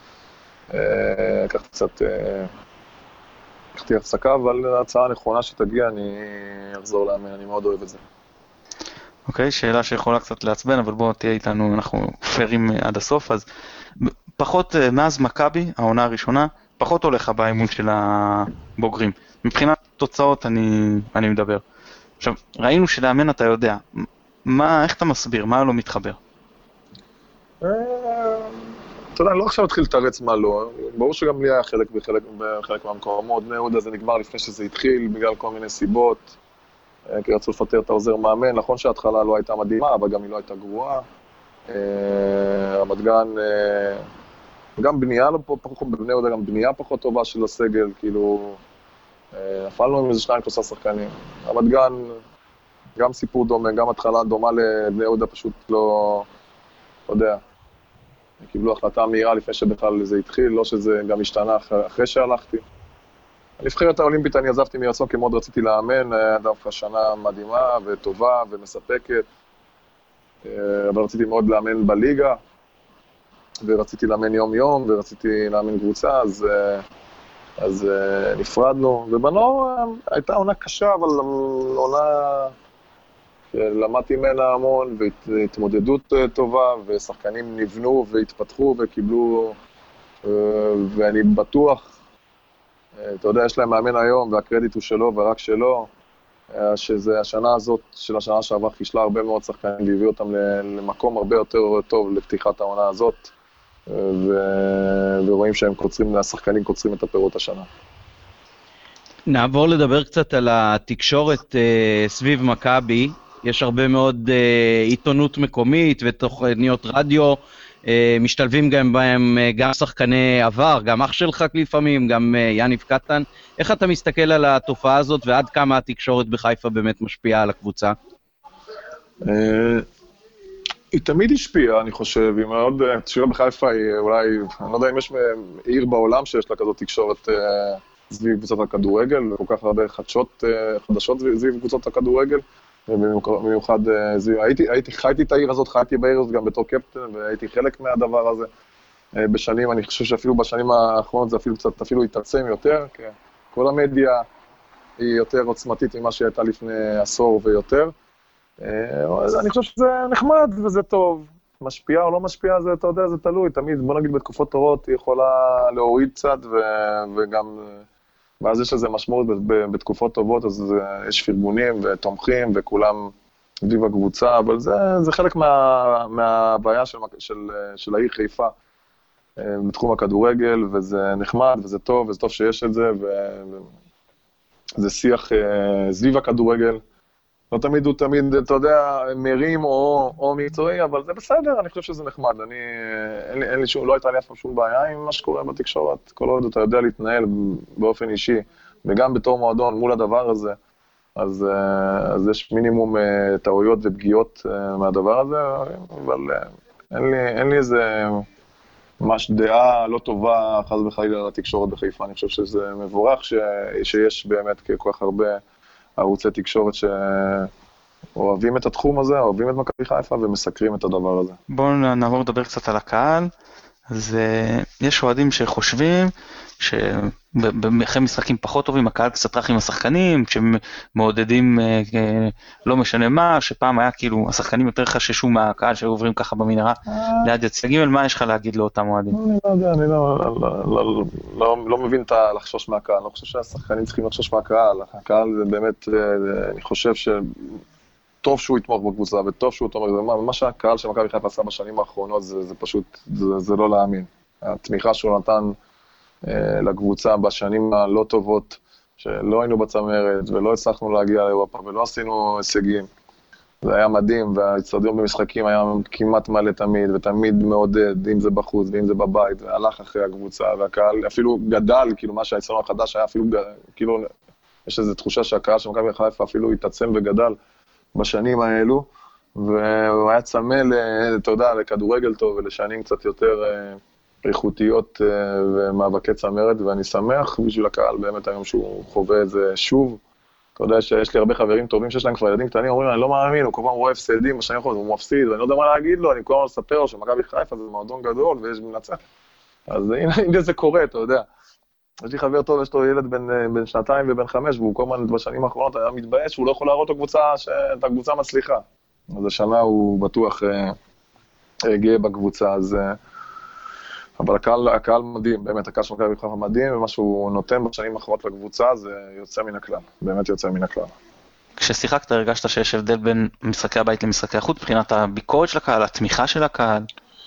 לקחתי קצת... לקחתי הפסקה, אבל ההצעה הנכונה שתגיע, אני אחזור לאמן, אני מאוד אוהב את זה. אוקיי, okay, שאלה שיכולה קצת לעצבן, אבל בואו תהיה איתנו, אנחנו פיירים עד הסוף, אז פחות, מאז מכבי, העונה הראשונה, פחות הולך באימון של הבוגרים. מבחינת תוצאות אני, אני מדבר. עכשיו, ראינו שלאמן אתה יודע, מה, איך אתה מסביר, מה לא מתחבר? אתה יודע, אני לא עכשיו התחיל לתרץ מה לא, ברור שגם לי היה חלק בחלק, בחלק מהמקומות, בני יהודה זה נגמר לפני שזה התחיל, בגלל כל מיני סיבות, כי רצו לפטר את העוזר מאמן, נכון שההתחלה לא הייתה מדהימה, אבל גם היא לא הייתה גרועה, רמת גן, גם בנייה, בבני יהודה גם בנייה פחות טובה של הסגל, כאילו, נפלנו עם איזה שניים שלושה שחקנים, רמת גן, גם סיפור דומה, גם התחלה דומה לבני יהודה, פשוט לא, לא יודע, קיבלו החלטה מהירה לפני שבכלל זה התחיל, לא שזה גם השתנה אחרי שהלכתי. הנבחרת האולימפית אני עזבתי מרצון, כי מאוד רציתי לאמן, היה דווקא שנה מדהימה וטובה ומספקת, אבל רציתי מאוד לאמן בליגה, ורציתי לאמן יום יום, ורציתי לאמן קבוצה, אז, אז נפרדנו. ובנוער הייתה עונה קשה, אבל עונה... למדתי ממנה המון, והתמודדות טובה, ושחקנים נבנו והתפתחו וקיבלו, ואני בטוח, אתה יודע, יש להם מאמן היום, והקרדיט הוא שלו ורק שלו, שזה השנה הזאת של השנה שעברה חישלה הרבה מאוד שחקנים, והביא אותם למקום הרבה יותר טוב לפתיחת העונה הזאת, ורואים שהם קוצרים, השחקנים קוצרים את הפירות השנה. נעבור לדבר קצת על התקשורת סביב מכבי. יש הרבה מאוד uh, עיתונות מקומית ותוכניות רדיו, uh, משתלבים גם בהם uh, גם שחקני עבר, גם אח שלך לפעמים, גם uh, יניב קטן. איך אתה מסתכל על התופעה הזאת ועד כמה התקשורת בחיפה באמת משפיעה על הקבוצה? Uh, היא תמיד השפיעה, אני חושב. היא מאוד, התקשורת בחיפה היא אולי, אני לא יודע אם יש עיר בעולם שיש לה כזאת תקשורת uh, סביב קבוצת הכדורגל, וכל כך הרבה חדשות, uh, חדשות סביב קבוצות הכדורגל. במיוחד, הייתי, הייתי, חייתי את העיר הזאת, חייתי בעיר הזאת גם בתור קפטן, והייתי חלק מהדבר הזה בשנים, אני חושב שאפילו בשנים האחרונות זה אפילו קצת, אפילו התעצם יותר, כי כל המדיה היא יותר עוצמתית ממה שהייתה לפני עשור ויותר. אז אני חושב שזה נחמד וזה טוב, משפיע או לא משפיע, זה, אתה יודע, זה תלוי, תמיד, בוא נגיד בתקופות טובות היא יכולה להוריד קצת, וגם... ואז יש לזה משמעות בתקופות טובות, אז יש פרגונים ותומכים וכולם סביב הקבוצה, אבל זה, זה חלק מה, מהבעיה של, של, של העיר חיפה בתחום הכדורגל, וזה נחמד וזה טוב, וזה טוב שיש את זה, וזה שיח סביב הכדורגל. לא תמיד הוא תמיד, אתה יודע, מרים או, או מקצועי, אבל זה בסדר, אני חושב שזה נחמד. אני, אין לי, אין לי שום, לא הייתה לי אף פעם שום בעיה עם מה שקורה בתקשורת. כל עוד אתה יודע להתנהל באופן אישי, וגם בתור מועדון מול הדבר הזה, אז, אז יש מינימום טעויות ופגיעות מהדבר הזה, אבל אין לי, אין לי איזה ממש דעה לא טובה, חס וחלילה לתקשורת בחיפה. אני חושב שזה מבורך ש, שיש באמת כל כך הרבה ערוצי תקשורת שאוהבים את התחום הזה, אוהבים את מכבי חיפה ומסקרים את הדבר הזה. בואו נעבור לדבר קצת על הקהל. אז uh, יש אוהדים שחושבים שאחרי משחקים פחות טובים, הקהל קצת רך עם השחקנים, כשמעודדים uh, uh, לא משנה מה, שפעם היה כאילו, השחקנים יותר חששו מהקהל שעוברים ככה במנהרה ליד יציע ג', מה יש לך להגיד לאותם אוהדים? אני לא יודע, אני לא, לא, לא, לא, לא מבין את הלחשוש מהקהל, אני לא חושב שהשחקנים צריכים לחשוש מהקהל, הקהל זה באמת, אני חושב שטוב שהוא יתמוך בקבוצה, וטוב שהוא תומך, מה שהקהל של מכבי חיפה עשה בשנים האחרונות, זה, זה פשוט, זה, זה לא להאמין. התמיכה שהוא נתן אה, לקבוצה בשנים הלא טובות, שלא היינו בצמרת, ולא הצלחנו להגיע לאירופה, ולא עשינו הישגים. זה היה מדהים, והאצטדיון במשחקים היה כמעט מלא תמיד, ותמיד מעודד, אם זה בחוץ ואם זה בבית, והלך אחרי הקבוצה, והקהל אפילו גדל, כאילו מה שהאצטדיון החדש היה אפילו, כאילו, יש איזו תחושה שהקהל של מכבי חיפה אפילו התעצם וגדל בשנים האלו, והוא היה צמא, אתה יודע, לכדורגל טוב ולשנים קצת יותר איכותיות ומאבקי צמרת, ואני שמח בשביל הקהל באמת היום שהוא חווה את זה שוב. אתה יודע שיש לי הרבה חברים טובים שיש להם כבר ילדים קטנים, אומרים, אני לא מאמין, הוא כל פעם רואה הפסדים בשנים האחרונות, הוא מפסיד, ואני לא יודע מה להגיד לו, אני כל הזמן אספר לו שמכבי חיפה זה מועדון גדול ויש מנצח. אז הנה זה קורה, אתה יודע. יש לי חבר טוב, יש לו ילד בן, בן שנתיים ובן חמש, והוא כל הזמן בשנים האחרונות היה מתבאס שהוא לא יכול להראות את הקבוצה, את הקבוצה מצליחה. אז השנה הוא בטוח גאה בקבוצה, אז... אבל הקהל, הקהל מדהים, באמת הקהל של מכבי חיפה מדהים, ומה שהוא נותן בשנים האחרונות לקבוצה זה יוצא מן הכלל, באמת יוצא מן הכלל. כששיחקת הרגשת שיש הבדל בין משחקי הבית למשחקי החוץ, מבחינת הביקורת של הקהל, התמיכה של הקהל?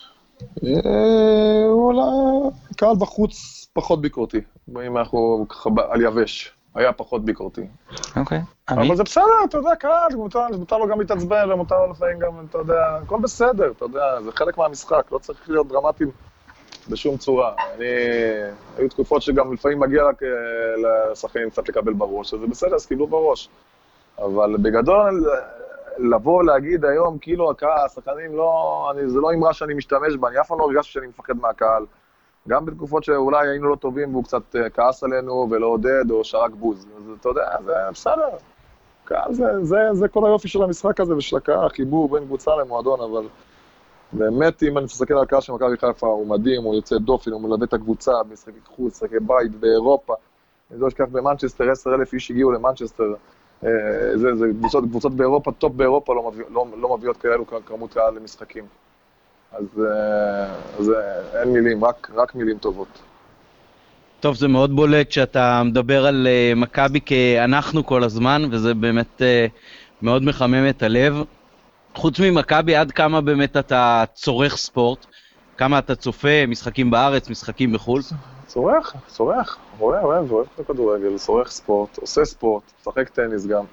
אולי, קהל בחוץ פחות ביקורתי, אם אנחנו על יבש, היה פחות ביקורתי. אוקיי, אבל זה בסדר, אתה יודע, קהל, מותר לו גם להתעצבן, ומותר לו לפעמים גם, אתה יודע, הכל בסדר, אתה יודע, זה חלק מהמשחק, לא צריך להיות דרמטיים. בשום צורה. אני... היו תקופות שגם לפעמים מגיע רק לשחקנים קצת לקבל בראש, אז זה בסדר, אז קיבלו בראש. אבל בגדול, לבוא להגיד היום, כאילו הקהל, השחקנים לא... אני... זה לא אמרה שאני משתמש בה, אני אף פעם לא הרגשתי שאני מפחד מהקהל. גם בתקופות שאולי היינו לא טובים והוא קצת כעס עלינו ולא עודד או שרק בוז. אז אתה יודע, זה בסדר. קהל זה, זה, זה כל היופי של המשחק הזה ושל הקהל, החיבור בין קבוצה למועדון, אבל... באמת, אם אני מסתכל על הקהל של מכבי חיפה, הוא מדהים, הוא יוצא דופן, הוא מלווה את הקבוצה במשחקי חוץ, משחקי בית באירופה. אני לא אשכח במנצ'סטר, עשרת אלפים איש הגיעו למנצ'סטר. זה, זה קבוצות, קבוצות באירופה, טופ באירופה לא, מביא, לא, לא מביאות כאלו כמות קהל למשחקים. אז, אז אין מילים, רק, רק מילים טובות. טוב, זה מאוד בולט שאתה מדבר על מכבי כאנחנו כל הזמן, וזה באמת מאוד מחמם את הלב. חוץ ממכבי, עד כמה באמת אתה צורך ספורט? כמה אתה צופה, משחקים בארץ, משחקים בחו"ל? צורך, צורך. אוהב, אוהב, אוהב את הכדורגל, צורך ספורט, עושה ספורט, משחק טניס גם.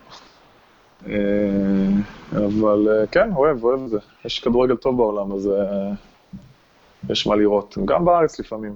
אבל כן, אוהב, אוהב את זה. יש כדורגל טוב בעולם, אז יש מה לראות. גם בארץ לפעמים.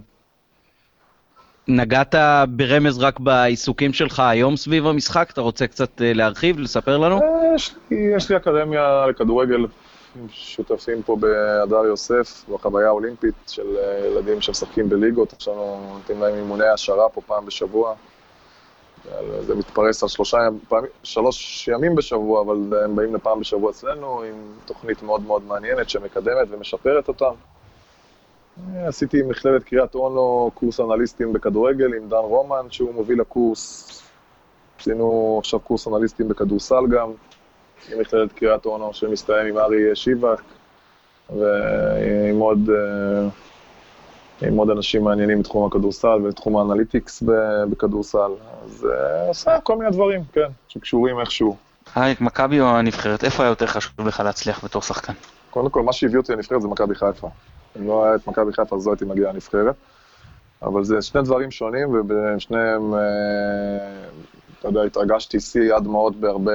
נגעת ברמז רק בעיסוקים שלך היום סביב המשחק? אתה רוצה קצת להרחיב, לספר לנו? יש לי, יש לי אקדמיה לכדורגל, שותפים פה בהדר יוסף, בחוויה האולימפית של ילדים שמשחקים בליגות, עכשיו נותנים להם אימוני השערה פה פעם בשבוע. זה מתפרס על שלושה, פעם, שלוש ימים בשבוע, אבל הם באים לפעם בשבוע אצלנו, עם תוכנית מאוד מאוד מעניינת שמקדמת ומשפרת אותם. עשיתי מכללת קריית אונו קורס אנליסטים בכדורגל עם דן רומן, שהוא מוביל לקורס. עשינו עכשיו קורס אנליסטים בכדורסל גם, עם מכללת קריית אונו שמסתיים עם ארי שיבק, ועם עוד, עם עוד אנשים מעניינים בתחום הכדורסל ובתחום האנליטיקס בכדורסל. אז עושה כל מיני דברים, כן, שקשורים איכשהו. היי, מכבי או הנבחרת, איפה היה יותר חשוב לך להצליח בתור שחקן? קודם כל, מה שהביא אותי לנבחרת זה מכבי חיפה. אם לא היה את מכבי חיפה, אז לא הייתי מגיע לנבחרת. אבל זה שני דברים שונים, ובשניהם, אתה יודע, התרגשתי שיא עד מאוד בהרבה,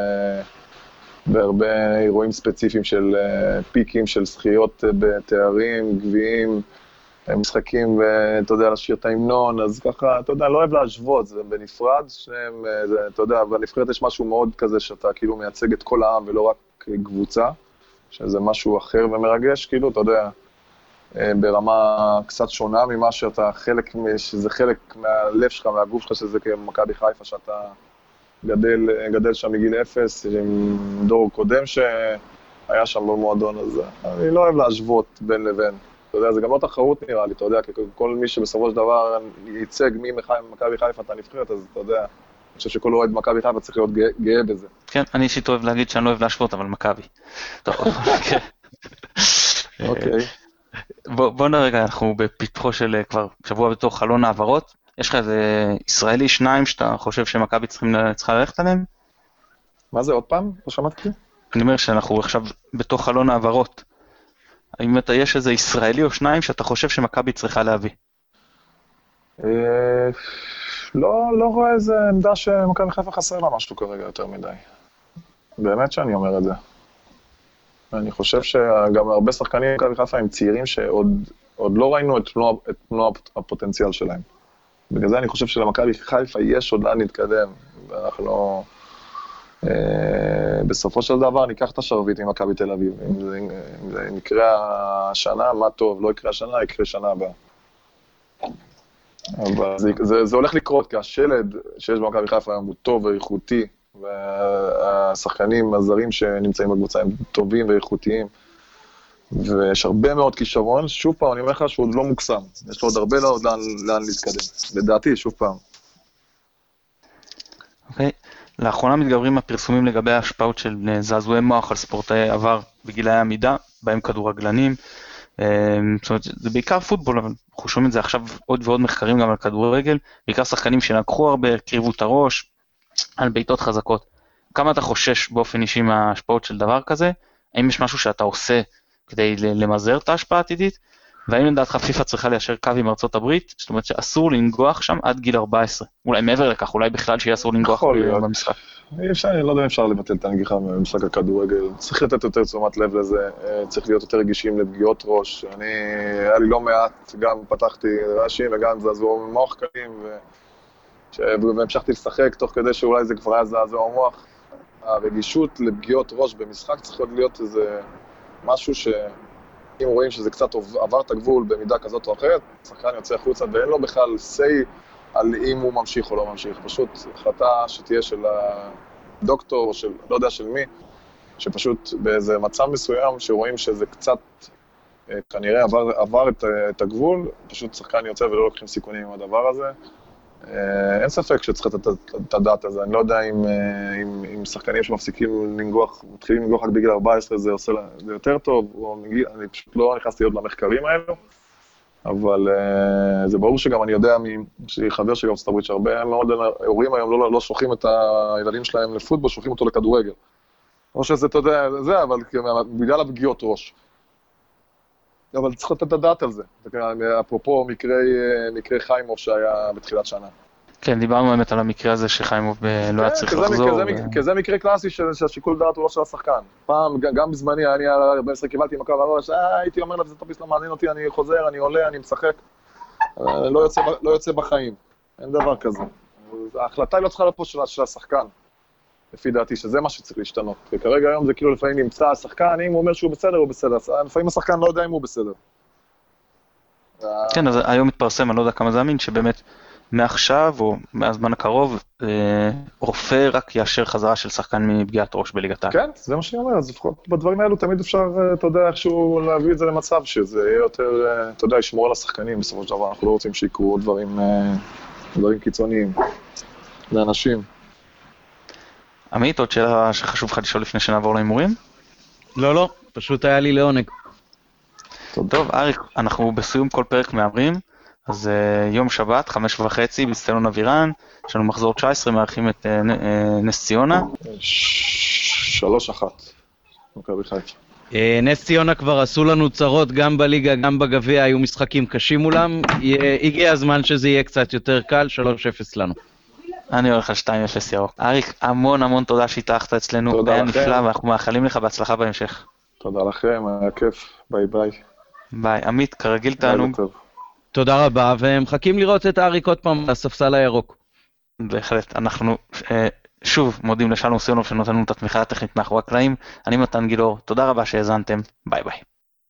בהרבה אירועים ספציפיים של פיקים, של זכיות בתארים, גביעים, משחקים, ואתה יודע, לשיר את ההמנון, אז ככה, אתה יודע, לא אוהב להשוות, זה בנפרד, שניהם, זה, אתה יודע, בנבחרת יש משהו מאוד כזה, שאתה כאילו מייצג את כל העם ולא רק קבוצה, שזה משהו אחר ומרגש, כאילו, אתה יודע, ברמה קצת שונה ממה שאתה חלק, שזה חלק מהלב שלך, מהגוף שלך, שזה כמכבי חיפה, שאתה גדל, גדל שם מגיל אפס, עם דור קודם שהיה שם במועדון הזה. אני לא אוהב להשוות בין לבין. אתה יודע, זה גם לא תחרות נראה לי, אתה יודע, כי כל מי שבסופו של דבר ייצג מי מכבי חיפה את הנבחרת, אז אתה יודע, אני חושב שכל אוהד מכבי חיפה צריך להיות גאה, גאה בזה. כן, אני אישית אוהב להגיד שאני לא אוהב להשוות, אבל מכבי. טוב, אוקיי. אוקיי. בוא, בוא נרגע, אנחנו בפתחו של כבר שבוע בתוך חלון העברות. יש לך איזה ישראלי שניים שאתה חושב שמכבי צריכה ללכת עליהם? מה זה, עוד פעם? לא שמעתי? אני אומר שאנחנו עכשיו בתוך חלון העברות. האם אתה יש איזה ישראלי או שניים שאתה חושב שמכבי צריכה להביא? לא, לא רואה איזה עמדה שמכבי חיפה חסר לה משהו כרגע יותר מדי. באמת שאני אומר את זה. אני חושב שגם הרבה שחקנים מכבי חיפה הם צעירים שעוד עוד לא ראינו את מלוא, את מלוא הפוטנציאל שלהם. בגלל זה אני חושב שלמכבי חיפה יש עוד לאן להתקדם, ואנחנו לא... בסופו של דבר ניקח את השרביט עם מכבי תל אביב. אם זה, אם זה יקרה השנה, מה טוב, לא יקרה השנה, יקרה שנה הבאה. אבל זה, זה, זה הולך לקרות, כי השלד שיש במכבי חיפה הוא טוב ואיכותי, והשחקנים הזרים שנמצאים בקבוצה הם טובים ואיכותיים, ויש הרבה מאוד כישרון. שוב פעם, אני אומר לך שהוא עוד לא מוקסם, יש לו עוד הרבה לא לאן, לאן להתקדם, לדעתי, שוב פעם. אוקיי, לאחרונה מתגברים הפרסומים לגבי ההשפעות של זעזועי מוח על ספורטאי עבר בגילאי עמידה, בהם כדורגלנים, זאת אומרת, זה בעיקר פוטבול, אבל אנחנו שומעים את זה עכשיו עוד ועוד מחקרים גם על כדורגל, בעיקר שחקנים שנקחו הרבה, הקריבו את הראש, על בעיטות חזקות. כמה אתה חושש באופן אישי מההשפעות של דבר כזה? האם יש משהו שאתה עושה כדי למזער את ההשפעה העתידית? והאם לדעתך פיפ"א צריכה ליישר קו עם ארצות הברית? זאת אומרת שאסור לנגוח שם עד גיל ארבע עשרה. אולי מעבר לכך, אולי בכלל שיהיה אסור לנגוח במשחק. אפשר, אני לא יודע אם אפשר לבטל את הנגיחה במשחק הכדורגל. צריך לתת יותר תשומת לב לזה, צריך להיות יותר רגישים לפגיעות ראש. אני, היה לי לא מעט, גם פתחתי רעשים וגם זעזוע מוח קלים, והמשכתי לשחק תוך כדי שאולי זה כבר היה זעזוע מוח. הרגישות לפגיעות ראש במשחק צריך להיות איזה משהו ש... אם רואים שזה קצת עבר את הגבול במידה כזאת או אחרת, שחקן יוצא החוצה ואין לו בכלל say על אם הוא ממשיך או לא ממשיך. פשוט החלטה שתהיה של הדוקטור או של, לא יודע של מי, שפשוט באיזה מצב מסוים שרואים שזה קצת כנראה עבר, עבר את, את הגבול, פשוט שחקן יוצא ולא לוקחים סיכונים עם הדבר הזה. אין ספק שצריך לתת את הדעת הזה. אני לא יודע אם, אם, אם שחקנים שמפסיקים לנגוח, מתחילים לנגוח רק בגיל ארבע עשרה, זה עושה זה יותר טוב, או מגיל, אני פשוט לא נכנסתי עוד למחקרים האלו, אבל זה ברור שגם אני יודע, יש לי חבר שגם בארצות הברית, שהרבה מאוד הורים היום לא, לא שולחים את הילדים שלהם לפוטבול, שולחים אותו לכדורגל. או שזה, אתה יודע, זה, אבל בגלל הפגיעות ראש. אבל צריך לתת את הדעת על זה. אפרופו מקרי, מקרי חיימוב שהיה בתחילת שנה. כן, דיברנו באמת על המקרה הזה שחיימוב לא היה צריך לחזור. כי זה מקרה קלאסי שהשיקול דעת הוא לא של השחקן. פעם, גם בזמני, אני במשחק קיבלתי מקו, הייתי אומר לזה, טוביס לא מעניין אותי, אני חוזר, אני עולה, אני משחק. לא יוצא בחיים. אין דבר כזה. ההחלטה היא לא צריכה להיות פה של השחקן. לפי דעתי, שזה מה שצריך להשתנות. וכרגע היום זה כאילו לפעמים נמצא השחקן, אם הוא אומר שהוא בסדר, הוא בסדר. לפעמים השחקן לא יודע אם הוא בסדר. כן, אז היום מתפרסם, אני לא יודע כמה זה אמין, שבאמת מעכשיו או מהזמן הקרוב, רופא רק יאשר חזרה של שחקן מפגיעת ראש בליגת העל. כן, זה מה שאני אומר, אז לפחות בדברים האלו תמיד אפשר, אתה יודע, איכשהו להביא את זה למצב שזה יהיה יותר, אתה יודע, ישמור על השחקנים בסופו של דבר. אנחנו לא רוצים שיקרו דברים, דברים קיצוניים לאנשים. עמית, עוד שאלה שחשוב לך לשאול לפני שנעבור להימורים? לא, לא, פשוט היה לי לעונג. טוב, אריק, אנחנו בסיום כל פרק מהמרים, אז uh, יום שבת, חמש וחצי, באצטדיון אבירן, יש לנו מחזור תשע עשרה, מארחים את uh, נס ציונה. שלוש אחת, מכבי חיפה. נס ציונה כבר עשו לנו צרות גם בליגה, גם בגביע, היו משחקים קשים מולם, הגיע הזמן שזה יהיה קצת יותר קל, שלוש אפס לנו. אני הולך על שתיים אפס ירוק. אריק, המון המון תודה שהתארחת אצלנו, היה נפלא, ואנחנו מאחלים לך בהצלחה בהמשך. תודה לכם, היה כיף, ביי ביי. ביי, עמית, כרגיל תענוג. תודה רבה, ומחכים לראות את אריק עוד פעם לספסל הירוק. בהחלט, אנחנו שוב מודים לשלום סיונוב שנותן לנו את התמיכה הטכנית מאחורי הקלעים. אני מתן גילאור, תודה רבה שהאזנתם, ביי ביי.